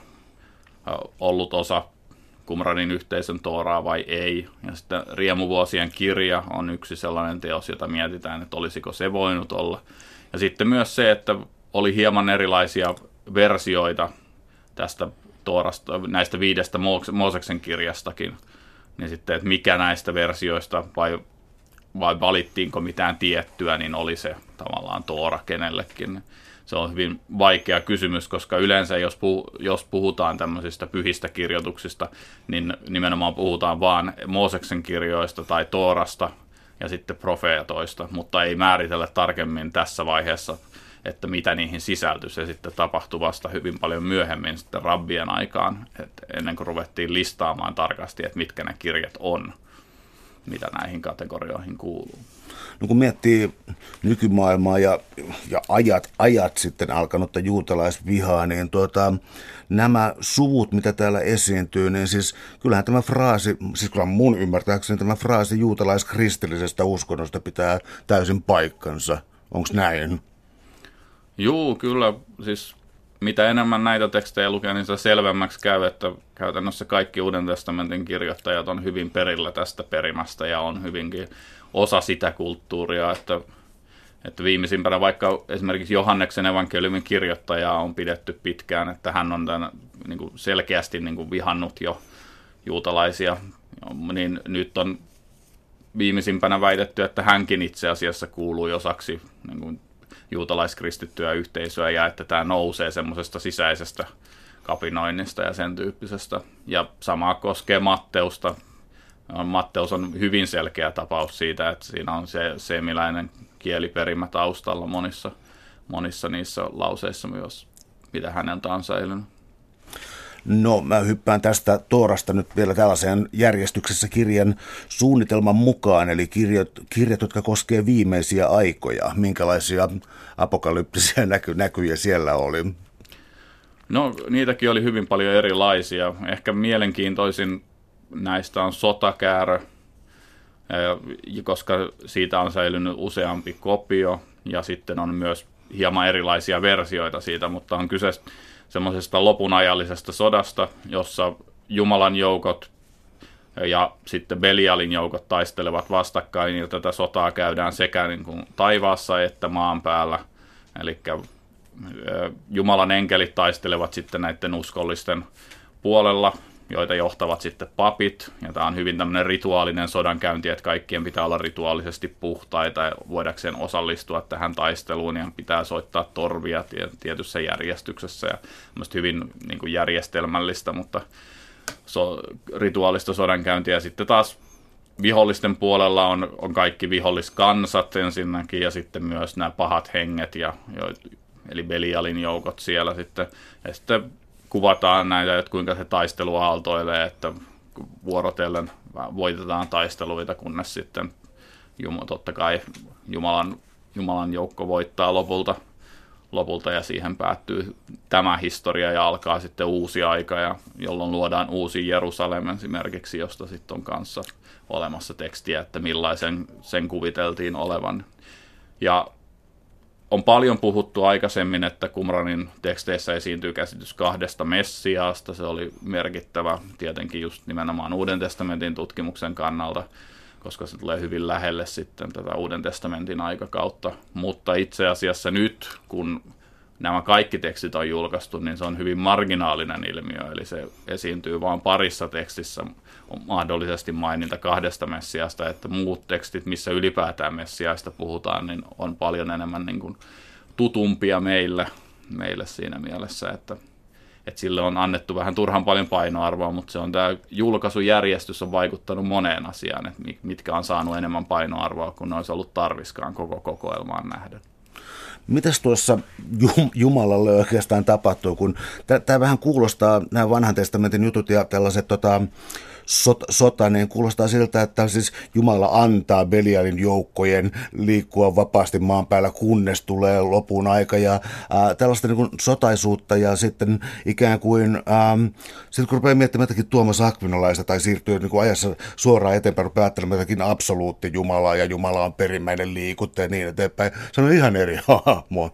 ollut osa Qumranin yhteisön Tooraa vai ei. Ja sitten Riemuvuosien kirja on yksi sellainen teos, jota mietitään, että olisiko se voinut olla. Ja sitten myös se, että oli hieman erilaisia versioita tästä Toorasta, näistä viidestä Mooseksen kirjastakin, niin sitten, että mikä näistä versioista vai vai valittiinko mitään tiettyä, niin oli se tavallaan Toora kenellekin. Se on hyvin vaikea kysymys, koska yleensä jos, puh- jos puhutaan tämmöisistä pyhistä kirjoituksista, niin nimenomaan puhutaan vaan Mooseksen kirjoista tai Toorasta ja sitten profeetoista, mutta ei määritellä tarkemmin tässä vaiheessa, että mitä niihin sisältyi. Se sitten tapahtui vasta hyvin paljon myöhemmin sitten rabbien aikaan, että ennen kuin ruvettiin listaamaan tarkasti, että mitkä ne kirjat on, mitä näihin kategorioihin kuuluu. No kun miettii nykymaailmaa ja, ja ajat, ajat sitten alkanutta juutalaisvihaa, niin tuota, nämä suvut, mitä täällä esiintyy, niin siis kyllähän tämä fraasi, siis kyllä mun ymmärtääkseni tämä fraasi juutalaiskristillisestä uskonnosta pitää täysin paikkansa. Onko näin? Juu, kyllä. Siis mitä enemmän näitä tekstejä lukee, niin se selvemmäksi käy, että käytännössä kaikki Uuden testamentin kirjoittajat on hyvin perillä tästä perimästä ja on hyvinkin osa sitä kulttuuria, että, että viimeisimpänä vaikka esimerkiksi Johanneksen evankeliumin kirjoittajaa on pidetty pitkään, että hän on tämän, niin kuin selkeästi niin kuin vihannut jo juutalaisia, niin nyt on viimeisimpänä väitetty, että hänkin itse asiassa kuuluu osaksi niin kuin juutalaiskristittyä yhteisöä ja että tämä nousee semmoisesta sisäisestä kapinoinnista ja sen tyyppisestä. Ja sama koskee Matteusta. Matteus on hyvin selkeä tapaus siitä, että siinä on se seemiläinen kieliperimä taustalla monissa, monissa niissä lauseissa myös, mitä häneltä on säilynyt. No, mä hyppään tästä Toorasta nyt vielä tällaiseen järjestyksessä kirjan suunnitelman mukaan, eli kirjat, kirjat jotka koskee viimeisiä aikoja. Minkälaisia apokalyptisia näky, näkyjä siellä oli? No, niitäkin oli hyvin paljon erilaisia. Ehkä mielenkiintoisin näistä on sotakäärö, koska siitä on säilynyt useampi kopio, ja sitten on myös hieman erilaisia versioita siitä, mutta on kyse semmoisesta lopunajallisesta sodasta, jossa Jumalan joukot ja sitten Belialin joukot taistelevat vastakkain, ja tätä sotaa käydään sekä niin kuin taivaassa että maan päällä. Eli Jumalan enkelit taistelevat sitten näiden uskollisten puolella, joita johtavat sitten papit, ja tämä on hyvin tämmöinen rituaalinen sodankäynti, että kaikkien pitää olla rituaalisesti puhtaita ja voidakseen osallistua tähän taisteluun, ja pitää soittaa torvia tietyssä järjestyksessä, ja hyvin niin kuin järjestelmällistä, mutta so, rituaalista sodankäyntiä. Sitten taas vihollisten puolella on, on kaikki viholliskansat ensinnäkin, ja sitten myös nämä pahat henget, ja, eli Belialin joukot siellä sitten, ja sitten kuvataan näitä, että kuinka se taistelu aaltoilee, että vuorotellen voitetaan taisteluita, kunnes sitten totta kai Jumalan, Jumalan joukko voittaa lopulta, lopulta ja siihen päättyy tämä historia ja alkaa sitten uusi aika, ja jolloin luodaan uusi Jerusalem esimerkiksi, josta sitten on kanssa olemassa tekstiä, että millaisen sen kuviteltiin olevan. Ja on paljon puhuttu aikaisemmin, että Qumranin teksteissä esiintyy käsitys kahdesta Messiaasta. Se oli merkittävä tietenkin just nimenomaan Uuden testamentin tutkimuksen kannalta, koska se tulee hyvin lähelle sitten tätä Uuden testamentin aikakautta. Mutta itse asiassa nyt, kun nämä kaikki tekstit on julkaistu, niin se on hyvin marginaalinen ilmiö, eli se esiintyy vain parissa tekstissä, on mahdollisesti maininta kahdesta Messiasta, että muut tekstit, missä ylipäätään Messiaista puhutaan, niin on paljon enemmän niin kuin tutumpia meille, meille siinä mielessä, että, että sille on annettu vähän turhan paljon painoarvoa, mutta se on tämä julkaisujärjestys on vaikuttanut moneen asiaan, että mitkä on saanut enemmän painoarvoa, kun ne olisi ollut tarviskaan koko kokoelmaan nähden. Mitäs tuossa Jumalalle oikeastaan tapahtuu, kun tämä vähän kuulostaa, nämä vanhan testamentin jutut ja tällaiset tota, sot, sota, niin kuulostaa siltä, että siis Jumala antaa Belialin joukkojen liikkua vapaasti maan päällä, kunnes tulee lopun aika ja ää, tällaista niin kuin sotaisuutta ja sitten ikään kuin, ähm, sitten kun rupeaa miettimään jotakin Tuomas Akvinolaista tai siirtyy niin kuin ajassa suoraan eteenpäin, rupeaa ajattelemaan jotakin absoluutti Jumalaa ja Jumala on perimmäinen liikuttaja ja niin eteenpäin. Se on ihan eri hahmo.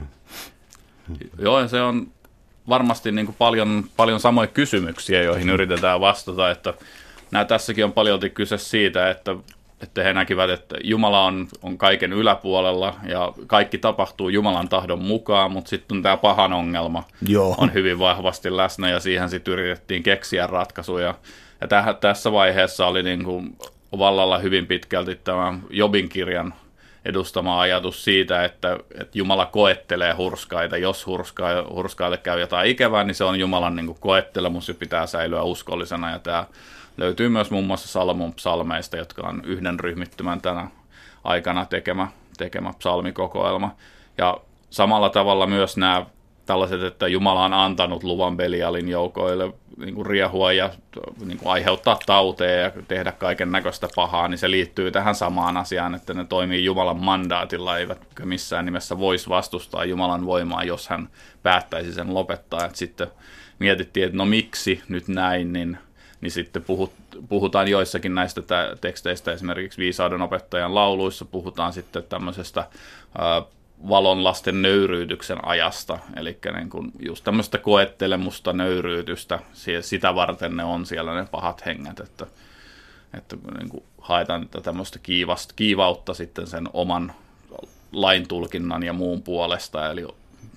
Joo, se on varmasti niin kuin paljon, paljon samoja kysymyksiä, joihin yritetään vastata, että nämä tässäkin on paljolti kyse siitä, että, että he näkivät, että Jumala on, on kaiken yläpuolella ja kaikki tapahtuu Jumalan tahdon mukaan, mutta sitten tämä pahan ongelma Joo. on hyvin vahvasti läsnä ja siihen sitten yritettiin keksiä ratkaisuja. Ja täh, tässä vaiheessa oli niin kuin vallalla hyvin pitkälti tämä Jobin kirjan edustama ajatus siitä, että, että Jumala koettelee hurskaita. Jos hurska, hurskaille käy jotain ikävää, niin se on Jumalan niin kuin koettelemus ja pitää säilyä uskollisena. Ja tämä löytyy myös muun muassa Salomon psalmeista, jotka on yhden ryhmittymän tänä aikana tekemä, tekemä psalmikokoelma. Ja samalla tavalla myös nämä tällaiset, että Jumala on antanut luvan Belialin joukoille niin kuin riehua ja niin kuin aiheuttaa tauteja ja tehdä kaiken näköistä pahaa, niin se liittyy tähän samaan asiaan, että ne toimii Jumalan mandaatilla, eivätkä missään nimessä voisi vastustaa Jumalan voimaa, jos hän päättäisi sen lopettaa. Et sitten mietittiin, että no miksi nyt näin, niin, niin sitten puhut, puhutaan joissakin näistä teksteistä, esimerkiksi viisauden opettajan lauluissa puhutaan sitten tämmöisestä ää, valonlasten nöyryytyksen ajasta, eli niin kuin just tämmöistä koettelemusta, nöyryytystä, sitä varten ne on siellä ne pahat henget, että, että niin kuin haetaan tämmöistä kiivasta, kiivautta sitten sen oman laintulkinnan ja muun puolesta, eli,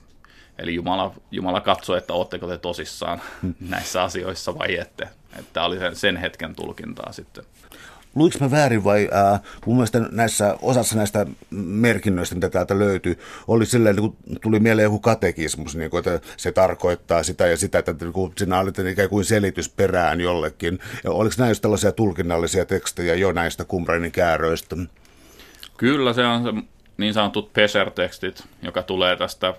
eli Jumala, Jumala katsoo, että ootteko te tosissaan näissä asioissa vai ette, että oli sen, sen hetken tulkintaa sitten. Luinko mä väärin vai äh, mun mielestä näissä, osassa näistä merkinnöistä, mitä täältä löytyy, oli silleen, kun tuli mieleen joku katekismus, niin kuin, että se tarkoittaa sitä ja sitä, että kun siinä oli ikään kuin selitys perään jollekin. Ja oliko nämä just tällaisia tulkinnallisia tekstejä jo näistä Qumranin kääröistä? Kyllä, se on se niin sanotut Pesher-tekstit, joka tulee tästä,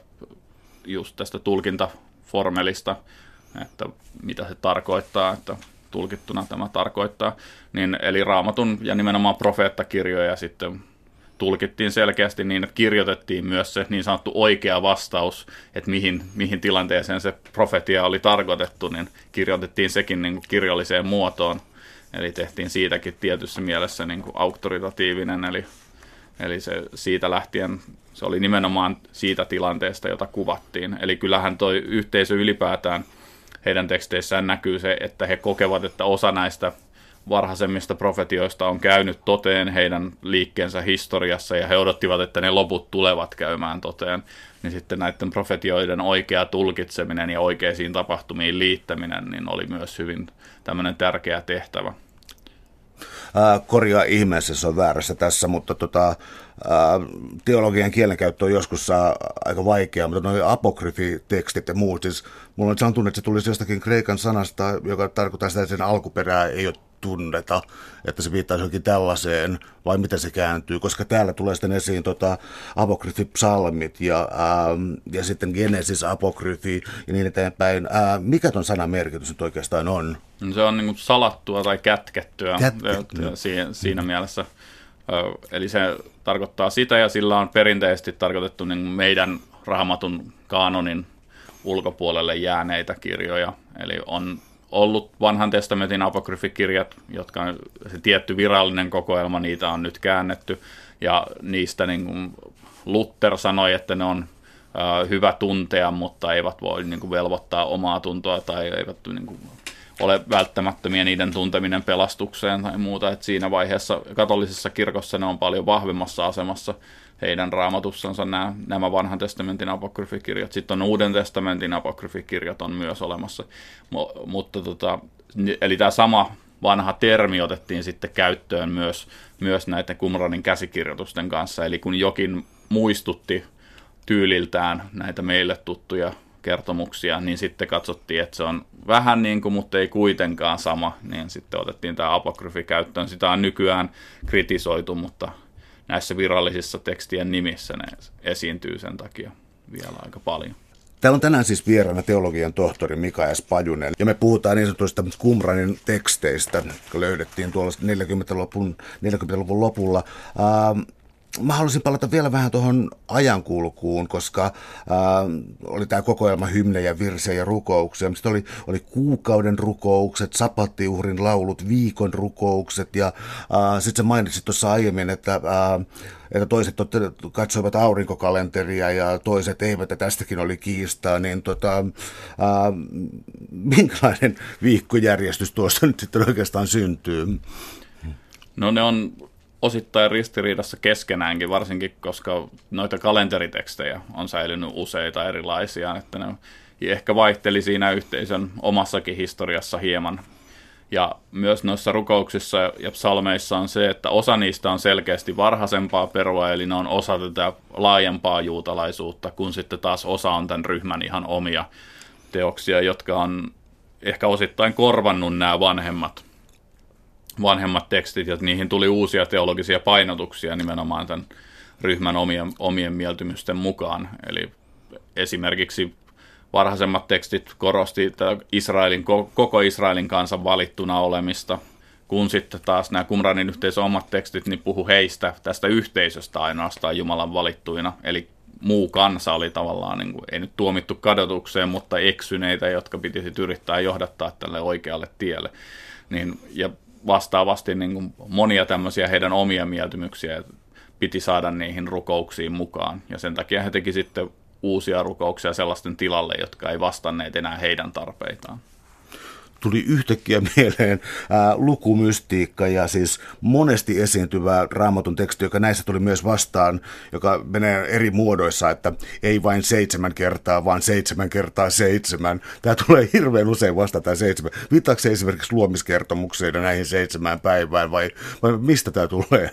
just tästä tulkintaformelista, että mitä se tarkoittaa, että tulkittuna tämä tarkoittaa, niin eli Raamatun ja nimenomaan profeettakirjoja sitten tulkittiin selkeästi niin, että kirjoitettiin myös se niin sanottu oikea vastaus, että mihin, mihin tilanteeseen se profetia oli tarkoitettu, niin kirjoitettiin sekin niin kuin kirjalliseen muotoon, eli tehtiin siitäkin tietyssä mielessä niin kuin auktoritatiivinen, eli, eli se siitä lähtien se oli nimenomaan siitä tilanteesta, jota kuvattiin, eli kyllähän toi yhteisö ylipäätään heidän teksteissään näkyy se, että he kokevat, että osa näistä varhaisemmista profetioista on käynyt toteen heidän liikkeensä historiassa, ja he odottivat, että ne loput tulevat käymään toteen. Niin sitten näiden profetioiden oikea tulkitseminen ja oikeisiin tapahtumiin liittäminen niin oli myös hyvin tämmöinen tärkeä tehtävä. Ää, korjaa ihmeessä, se on väärässä tässä, mutta tota, ää, teologian kielenkäyttö on joskus ää, aika vaikeaa, mutta nuo apokryfitekstit ja muut, siis mulla on sellainen tunne, että se tulisi jostakin kreikan sanasta, joka tarkoittaa sitä, että sen alkuperää ei ole tunneta, että se viittaisi johonkin tällaiseen, vai miten se kääntyy, koska täällä tulee sitten esiin tota, apokryfipsalmit ja, ää, ja sitten Genesis apokryfi ja niin eteenpäin. Ää, mikä ton sanan merkitys nyt oikeastaan on? Se on niin kuin salattua tai kätkettyä Kätkettyä. siinä, siinä mm. mielessä. Eli se tarkoittaa sitä, ja sillä on perinteisesti tarkoitettu niin meidän Raamatun kaanonin ulkopuolelle jääneitä kirjoja. Eli on ollut vanhan testamentin apokryfikirjat, jotka on se tietty virallinen kokoelma, niitä on nyt käännetty, ja niistä niin kuin Luther sanoi, että ne on hyvä tuntea, mutta eivät voi niin kuin velvoittaa omaa tuntoa tai eivät niin kuin ole välttämättömiä niiden tunteminen pelastukseen tai muuta. Et siinä vaiheessa katolisessa kirkossa ne on paljon vahvemmassa asemassa heidän raamatussansa nämä, nämä vanhan testamentin apokryfikirjat. Sitten on Uuden testamentin apokryfikirjat on myös olemassa. M- mutta tota, eli tämä sama vanha termi otettiin sitten käyttöön myös, myös näiden Qumranin käsikirjoitusten kanssa. Eli kun jokin muistutti tyyliltään näitä meille tuttuja kertomuksia, niin sitten katsottiin, että se on vähän niin kuin, mutta ei kuitenkaan sama, niin sitten otettiin tämä apokryfi käyttöön. Sitä on nykyään kritisoitu, mutta näissä virallisissa tekstien nimissä ne esiintyy sen takia vielä aika paljon. Täällä on tänään siis vieraana teologian tohtori Mika S. Pajunen, ja me puhutaan niin sanotuista Qumranin teksteistä, jotka löydettiin tuolla neljäkymmentäluvun, neljäkymmentäluvun lopulla. Ähm, Mä haluaisin palata vielä vähän tuohon ajankulkuun, koska äh, oli tämä kokoelma hymnejä, virsejä ja rukouksia. Sitten oli, oli kuukauden rukoukset, sapattiuhrin laulut, viikon rukoukset ja äh, sitten sä mainitsit tuossa aiemmin, että, äh, että toiset katsoivat aurinkokalenteria ja toiset eivät, ja tästäkin oli kiistaa. Niin tota, äh, minkälainen viikkojärjestys tuossa nyt sitten oikeastaan syntyy? No ne on osittain ristiriidassa keskenäänkin, varsinkin koska noita kalenteritekstejä on säilynyt useita erilaisia, että ne ehkä vaihteli siinä yhteisön omassakin historiassa hieman. Ja myös noissa rukouksissa ja psalmeissa on se, että osa niistä on selkeästi varhaisempaa perua, eli ne on osa tätä laajempaa juutalaisuutta, kun sitten taas osa on tämän ryhmän ihan omia teoksia, jotka on ehkä osittain korvannut nämä vanhemmat vanhemmat tekstit, ja niihin tuli uusia teologisia painotuksia nimenomaan tämän ryhmän omien, omien mieltymysten mukaan. Eli esimerkiksi varhaisemmat tekstit korosti Israelin, koko Israelin kansan valittuna olemista, kun sitten taas nämä Qumranin yhteisön omat tekstit niin puhu heistä, tästä yhteisöstä ainoastaan Jumalan valittuina. Eli muu kansa oli tavallaan, niin kuin, ei nyt tuomittu kadotukseen, mutta eksyneitä, jotka piti sitten yrittää johdattaa tälle oikealle tielle. Niin, ja vastaavasti niin kuin monia tämmöisiä heidän omia mieltymyksiä piti saada niihin rukouksiin mukaan. Ja sen takia he teki sitten uusia rukouksia sellaisten tilalle, jotka ei vastanneet enää heidän tarpeitaan. Tuli yhtäkkiä mieleen ää, lukumystiikka ja siis monesti esiintyvä Raamatun teksti, joka näissä tuli myös vastaan, joka menee eri muodoissa, että ei vain seitsemän kertaa, vaan seitsemän kertaa seitsemän. Tämä tulee hirveän usein vasta tämä seitsemän. Viittaako se esimerkiksi luomiskertomukseen näihin seitsemään päivään vai, vai mistä tämä tulee?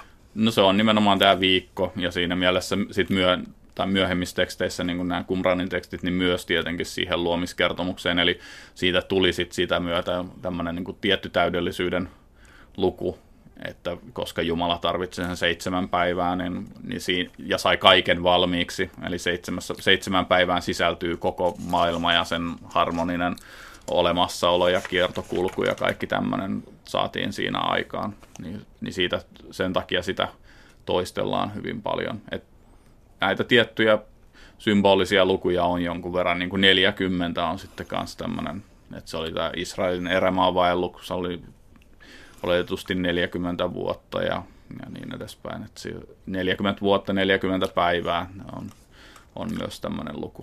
No se on nimenomaan tämä viikko ja siinä mielessä sitten myö tai myöhemmissä teksteissä, niin kuin nämä Qumranin tekstit, niin myös tietenkin siihen luomiskertomukseen, eli siitä tuli sitten sitä myötä tämmöinen niin kuin tietty täydellisyyden luku, että koska Jumala tarvitsi sen seitsemän päivää niin, niin siinä, ja sai kaiken valmiiksi, eli seitsemässä, seitsemän päivään sisältyy koko maailma ja sen harmoninen olemassaolo ja kiertokulku ja kaikki tämmöinen saatiin siinä aikaan, niin, niin siitä, sen takia sitä toistellaan hyvin paljon, että näitä tiettyjä symbolisia lukuja on jonkun verran, niin kuin neljäkymmentä on sitten kanssa tämmöinen, että se oli tämä Israelin erämaavaellus, se oli oletetusti neljäkymmentä vuotta ja, ja niin edespäin, että neljäkymmentä vuotta, neljäkymmentä päivää on, on myös tämmöinen luku.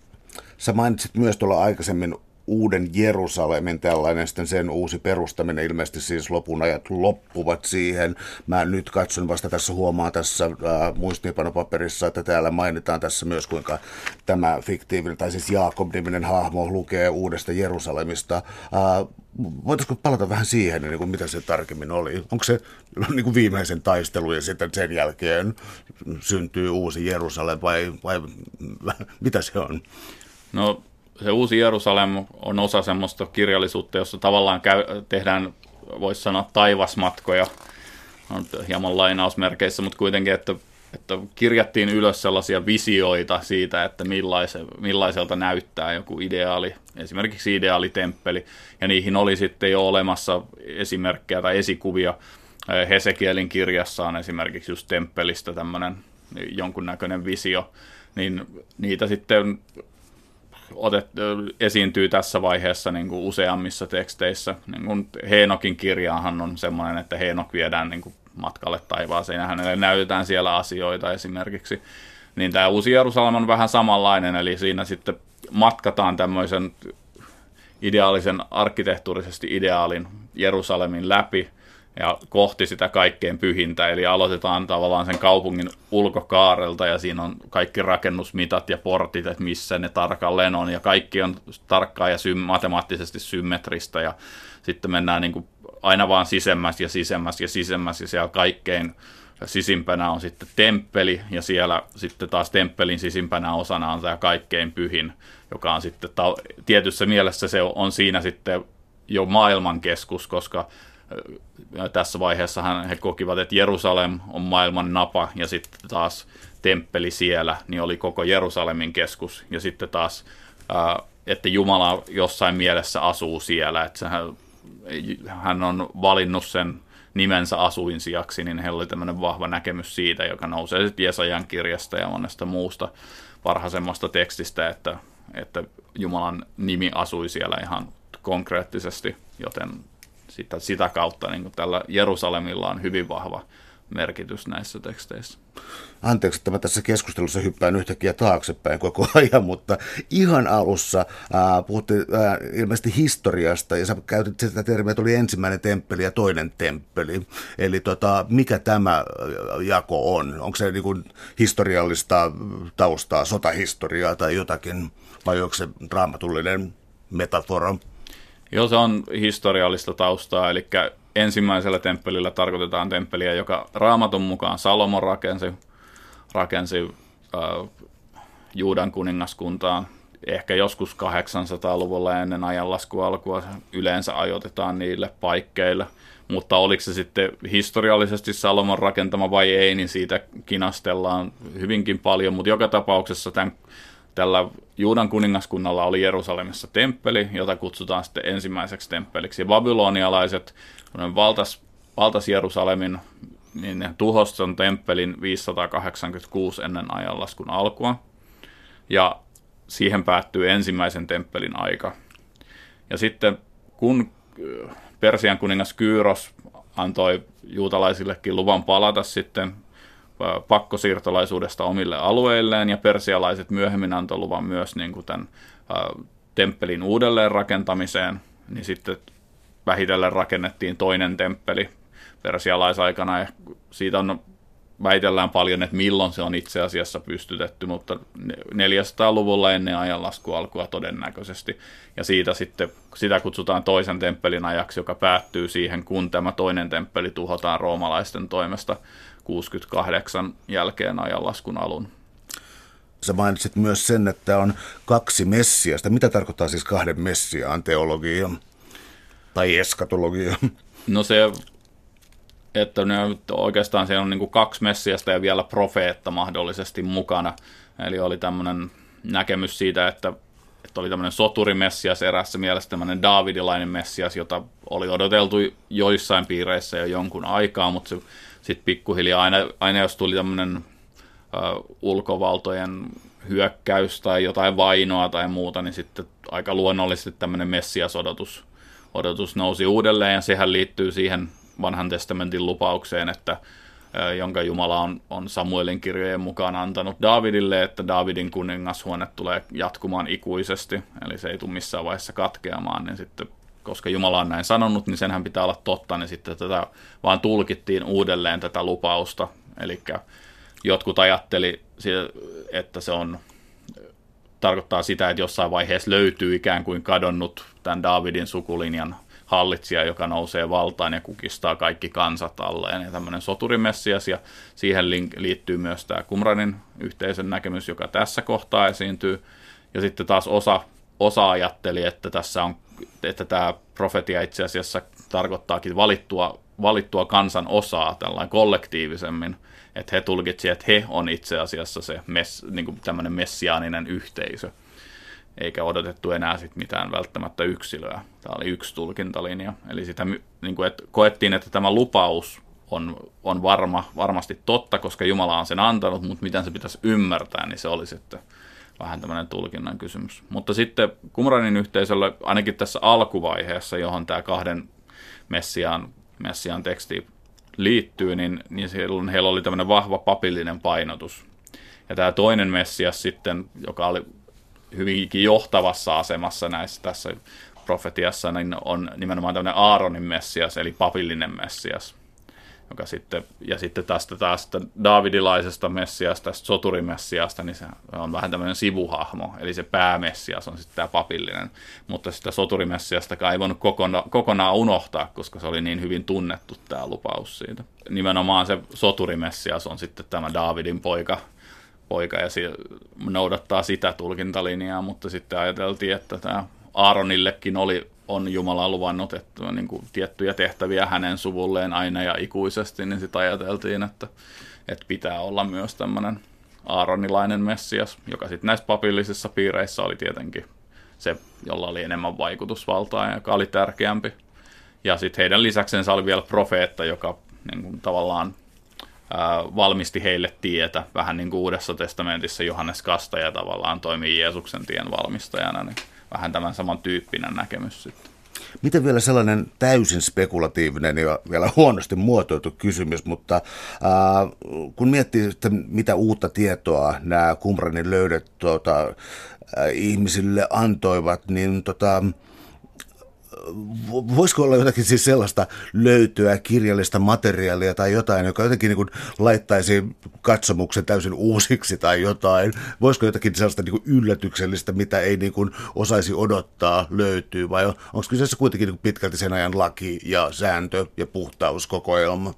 Sä mainitsit myös tuolla aikaisemmin Uuden Jerusalemin, tällainen sitten sen uusi perustaminen, ilmeisesti siis lopun ajat loppuvat siihen. Mä nyt katson vasta tässä, huomaan tässä äh, muistiinpanopaperissa, että täällä mainitaan tässä myös, kuinka tämä fiktiivinen, tai siis Jaakob-niminen hahmo lukee Uudesta Jerusalemista. Äh, voitaisiko palata vähän siihen, niin kuin mitä se tarkemmin oli? Onko se niin kuin viimeisen taistelun ja sitten sen jälkeen syntyy uusi Jerusalem vai, vai mitä se on? No, se uusi Jerusalem on osa semmoista kirjallisuutta, jossa tavallaan käy, tehdään, voisi sanoa, taivasmatkoja, on hieman lainausmerkeissä, mutta kuitenkin, että, että kirjattiin ylös sellaisia visioita siitä, että millaise, millaiselta näyttää joku ideaali, esimerkiksi ideaalitemppeli, ja niihin oli sitten jo olemassa esimerkkejä tai esikuvia. Hesekielin kirjassa on esimerkiksi just temppelistä tämmöinen jonkunnäköinen visio, niin niitä sitten Otet, esiintyy tässä vaiheessa niin kuin useammissa teksteissä. Niin kuin Heenokin kirjaahan on semmoinen, että Heenok viedään niin kuin matkalle taivaaseen ja hänelle näytetään siellä asioita esimerkiksi. Niin tämä Uusi Jerusalem on vähän samanlainen, eli siinä sitten matkataan tämmöisen ideaalisen, arkkitehtuurisesti ideaalin Jerusalemin läpi ja kohti sitä kaikkein pyhintä, eli aloitetaan tavallaan sen kaupungin ulkokaarelta, ja siinä on kaikki rakennusmitat ja portit, että missä ne tarkalleen on, ja kaikki on tarkkaa ja sy- matemaattisesti symmetristä, ja sitten mennään niin kuin aina vaan sisemmäs ja sisemmäs ja sisemmäs, ja siellä kaikkein sisimpänä on sitten temppeli, ja siellä sitten taas temppelin sisimpänä osana on tämä kaikkein pyhin, joka on sitten ta- tietyssä mielessä se on siinä sitten jo maailmankeskus, koska tässä vaiheessahan he kokivat, että Jerusalem on maailman napa, ja sitten taas temppeli siellä, niin oli koko Jerusalemin keskus, ja sitten taas, että Jumala jossain mielessä asuu siellä, että hän, hän on valinnut sen nimensä asuinsijaksi, niin heillä oli tämmöinen vahva näkemys siitä, joka nousee sitten Jesajan kirjasta ja monesta muusta varhaisemmasta tekstistä, että, että Jumalan nimi asui siellä ihan konkreettisesti, joten sitä, sitä kautta niin kuin tällä Jerusalemilla on hyvin vahva merkitys näissä teksteissä. Anteeksi, että mä tässä keskustelussa hyppään yhtäkkiä taaksepäin koko ajan, mutta ihan alussa ää, puhuttiin ää, ilmeisesti historiasta, ja sä käytit sitä termiä, että oli ensimmäinen temppeli ja toinen temppeli. Eli tota, mikä tämä jako on? Onko se niin kuin historiallista taustaa, sotahistoriaa tai jotakin, vai onko se raamatullinen metafora? Joo, se on historiallista taustaa, eli ensimmäisellä temppelillä tarkoitetaan temppeliä, joka Raamatun mukaan Salomon rakensi, rakensi äh, Juudan kuningaskuntaan. Ehkä joskus kahdeksansataaluvulla ennen ajanlaskun alkua yleensä ajoitetaan niille paikkeille. Mutta oliko se sitten historiallisesti Salomon rakentama vai ei, niin siitä kinastellaan hyvinkin paljon. Mutta joka tapauksessa tämän, tällä Juudan kuningaskunnalla oli Jerusalemissa temppeli, jota kutsutaan sitten ensimmäiseksi temppeliksi. Ja babylonialaiset valtas, valtas Jerusalemin, niin ne tuhosi sen temppelin viisisataakahdeksankymmentäkuusi ennen ajanlaskun alkua. Ja siihen päättyy ensimmäisen temppelin aika. Ja sitten kun Persian kuningas Kyros antoi juutalaisillekin luvan palata sitten pakkosiirtolaisuudesta omille alueilleen, ja persialaiset myöhemmin antoi luvan myös niin kuin tämän ä, temppelin uudelleen rakentamiseen, niin sitten vähitellen rakennettiin toinen temppeli persialaisaikana, ja siitä on väitellään paljon, että milloin se on itse asiassa pystytetty, mutta neljäsataaluvulla ennen ajanlaskun alkua todennäköisesti. Ja siitä sitten, sitä kutsutaan toisen temppelin ajaksi, joka päättyy siihen, kun tämä toinen temppeli tuhotaan roomalaisten toimesta kuusikymmentäkahdeksan jälkeen ajanlaskun alun. Sä mainitsit myös sen, että on kaksi messiasta. Mitä tarkoittaa siis kahden messiaan teologia tai eskatologia? No se, että ne oikeastaan siellä on niin kuin kaksi messiasta ja vielä profeetta mahdollisesti mukana. Eli oli tämmöinen näkemys siitä, että, että oli tämmöinen soturimessias erässä mielessä, tämmöinen daavidilainen messias, jota oli odoteltu joissain piireissä jo jonkun aikaa, mutta se sitten pikkuhiljaa aina, aina jos tuli tämmöinen uh, ulkovaltojen hyökkäys tai jotain vainoa tai muuta, niin sitten aika luonnollisesti tämmöinen messiasodotus odotus nousi uudelleen, ja sehän liittyy siihen vanhan testamentin lupaukseen, että jonka Jumala on, on Samuelin kirjojen mukaan antanut Daavidille, että Daavidin kuningashuone tulee jatkumaan ikuisesti, eli se ei tule missään vaiheessa katkeamaan, niin sitten, koska Jumala on näin sanonut, niin senhän pitää olla totta, niin sitten tätä vaan tulkittiin uudelleen tätä lupausta, eli jotkut ajatteli, että se on, tarkoittaa sitä, että jossain vaiheessa löytyy ikään kuin kadonnut tämän Daavidin sukulinjan hallitsija, joka nousee valtaan ja kukistaa kaikki kansat alleen, ja tämmöinen soturimessias, ja siihen liittyy myös tämä Qumranin yhteisön näkemys, joka tässä kohtaa esiintyy, ja sitten taas osa, osa ajatteli, että tässä on, että tämä profetia itse asiassa tarkoittaakin valittua, valittua kansan osaa tällainen kollektiivisemmin, että he tulkitsivat, että he on itse asiassa se mess, niin kuin tämmöinen messiaaninen yhteisö, eikä odotettu enää sit mitään välttämättä yksilöä. Tämä oli yksi tulkintalinja. Eli sitä, niin kuin, että koettiin, että tämä lupaus on, on varma, varmasti totta, koska Jumala on sen antanut, mutta miten se pitäisi ymmärtää, niin se oli sitten vähän tämmöinen tulkinnan kysymys. Mutta sitten Qumranin yhteisöllä, ainakin tässä alkuvaiheessa, johon tämä kahden messiaan, messiaan teksti liittyy, niin, niin silloin heillä oli tämmöinen vahva papillinen painotus. Ja tämä toinen messias sitten, joka oli hyvinkin johtavassa asemassa näissä tässä profetiassa niin on nimenomaan tämmöinen Aaronin Messias, eli papillinen Messias. Joka sitten, ja sitten tästä taas daavidilaisesta Messiasta, tästä soturimessiasta, niin se on vähän tämmöinen sivuhahmo, eli se päämessias on sitten tämä papillinen, mutta sitä soturimessiastakaan ei voinut kokona, kokonaan unohtaa, koska se oli niin hyvin tunnettu tämä lupaus siitä. Nimenomaan se soturimessias on sitten tämä Daavidin poika, poika ja se noudattaa sitä tulkintalinjaa, mutta sitten ajateltiin, että tämä Aaronillekin oli on Jumala luvannut että niin kuin tiettyjä tehtäviä hänen suvulleen aina ja ikuisesti, niin sitten ajateltiin, että, että pitää olla myös tämmöinen aaronilainen Messias, joka sitten näissä papillisissa piireissä oli tietenkin se, jolla oli enemmän vaikutusvaltaa ja joka oli tärkeämpi. Ja sitten heidän lisäksensä oli vielä profeetta, joka niin kuin tavallaan ää, valmisti heille tietä, vähän niin kuin Uudessa testamentissa Johannes Kastaja tavallaan toimii Jeesuksen tien valmistajana, niin vähän tämän saman tyyppinen näkemys sitten. Miten vielä sellainen täysin spekulatiivinen ja vielä huonosti muotoiltu kysymys, mutta ää, kun miettii, että mitä uutta tietoa nämä Qumranin löydöt tuota, ää, ihmisille antoivat, niin tota, voisiko olla jotakin siis sellaista löytöä, kirjallista materiaalia tai jotain, joka jotenkin niin kuin laittaisi katsomuksen täysin uusiksi tai jotain? Voisiko jotakin sellaista niin kuin yllätyksellistä, mitä ei niin kuin osaisi odottaa, löytyy? Vai on, onko kyseessä kuitenkin niin kuin pitkälti sen ajan laki ja sääntö ja puhtauskokoelma?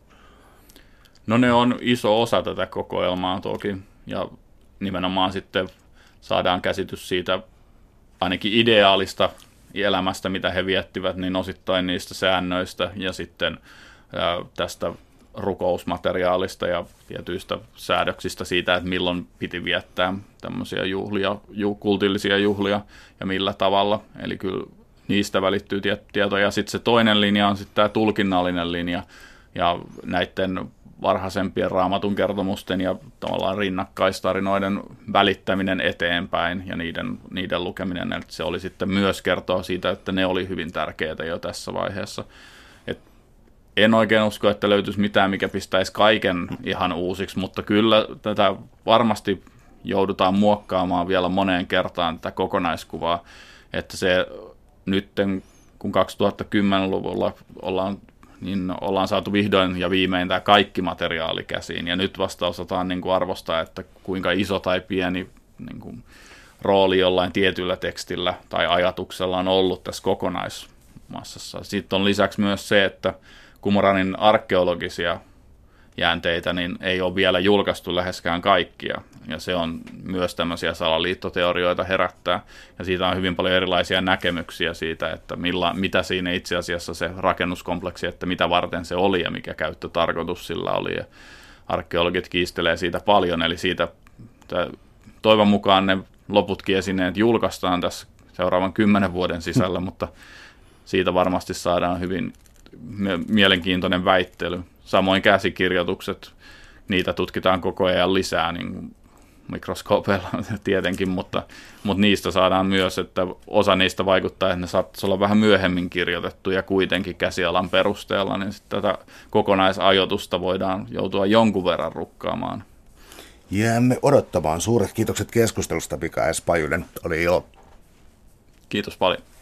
No ne on iso osa tätä kokoelmaa toki, ja nimenomaan sitten saadaan käsitys siitä ainakin ideaalista elämästä, mitä he viettivät, niin osittain niistä säännöistä ja sitten ää, tästä rukousmateriaalista ja tietyistä säädöksistä siitä, että milloin piti viettää tämmöisiä juhlia, ju, kultillisia juhlia ja millä tavalla. Eli kyllä niistä välittyy tietoja. Ja sitten se toinen linja on sitten tämä tulkinnallinen linja ja näiden varhaisempien raamatun kertomusten ja tavallaan rinnakkaistarinoiden välittäminen eteenpäin ja niiden, niiden lukeminen, että se oli sitten myös kertoa siitä, että ne oli hyvin tärkeitä jo tässä vaiheessa. Et en oikein usko, että löytyisi mitään, mikä pistäisi kaiken ihan uusiksi, mutta kyllä tätä varmasti joudutaan muokkaamaan vielä moneen kertaan tätä kokonaiskuvaa, että se nytten, kun kaksituhattakymmenluvulla ollaan niin ollaan saatu vihdoin ja viimein tämä kaikki materiaali käsiin. Ja nyt vasta osataan niin kuin arvostaa, että kuinka iso tai pieni niin kuin rooli jollain tietyllä tekstillä tai ajatuksella on ollut tässä kokonaismassassa. Sitten on lisäksi myös se, että Qumranin arkeologisia jäänteitä niin ei ole vielä julkaistu läheskään kaikkia. Ja se on myös tämmöisiä salaliittoteorioita herättää. Ja siitä on hyvin paljon erilaisia näkemyksiä siitä, että milla, mitä siinä itse asiassa se rakennuskompleksi, että mitä varten se oli ja mikä käyttötarkoitus sillä oli. Ja arkeologit kiistelee siitä paljon, eli siitä toivon mukaan ne loputkin esineet julkaistaan tässä seuraavan kymmenen vuoden sisällä, mutta siitä varmasti saadaan hyvin mielenkiintoinen väittely. Samoin käsikirjoitukset, niitä tutkitaan koko ajan lisää niin mikroskoopeilla tietenkin, mutta, mutta niistä saadaan myös, että osa niistä vaikuttaa, että ne saattaisi olla vähän myöhemmin kirjoitettu ja kuitenkin käsialan perusteella, niin sitten tätä kokonaisajoitusta voidaan joutua jonkun verran rukkaamaan. Jäämme odottamaan. Suuret kiitokset keskustelusta, Mika S. Pajunen. Oli ilo. Kiitos paljon.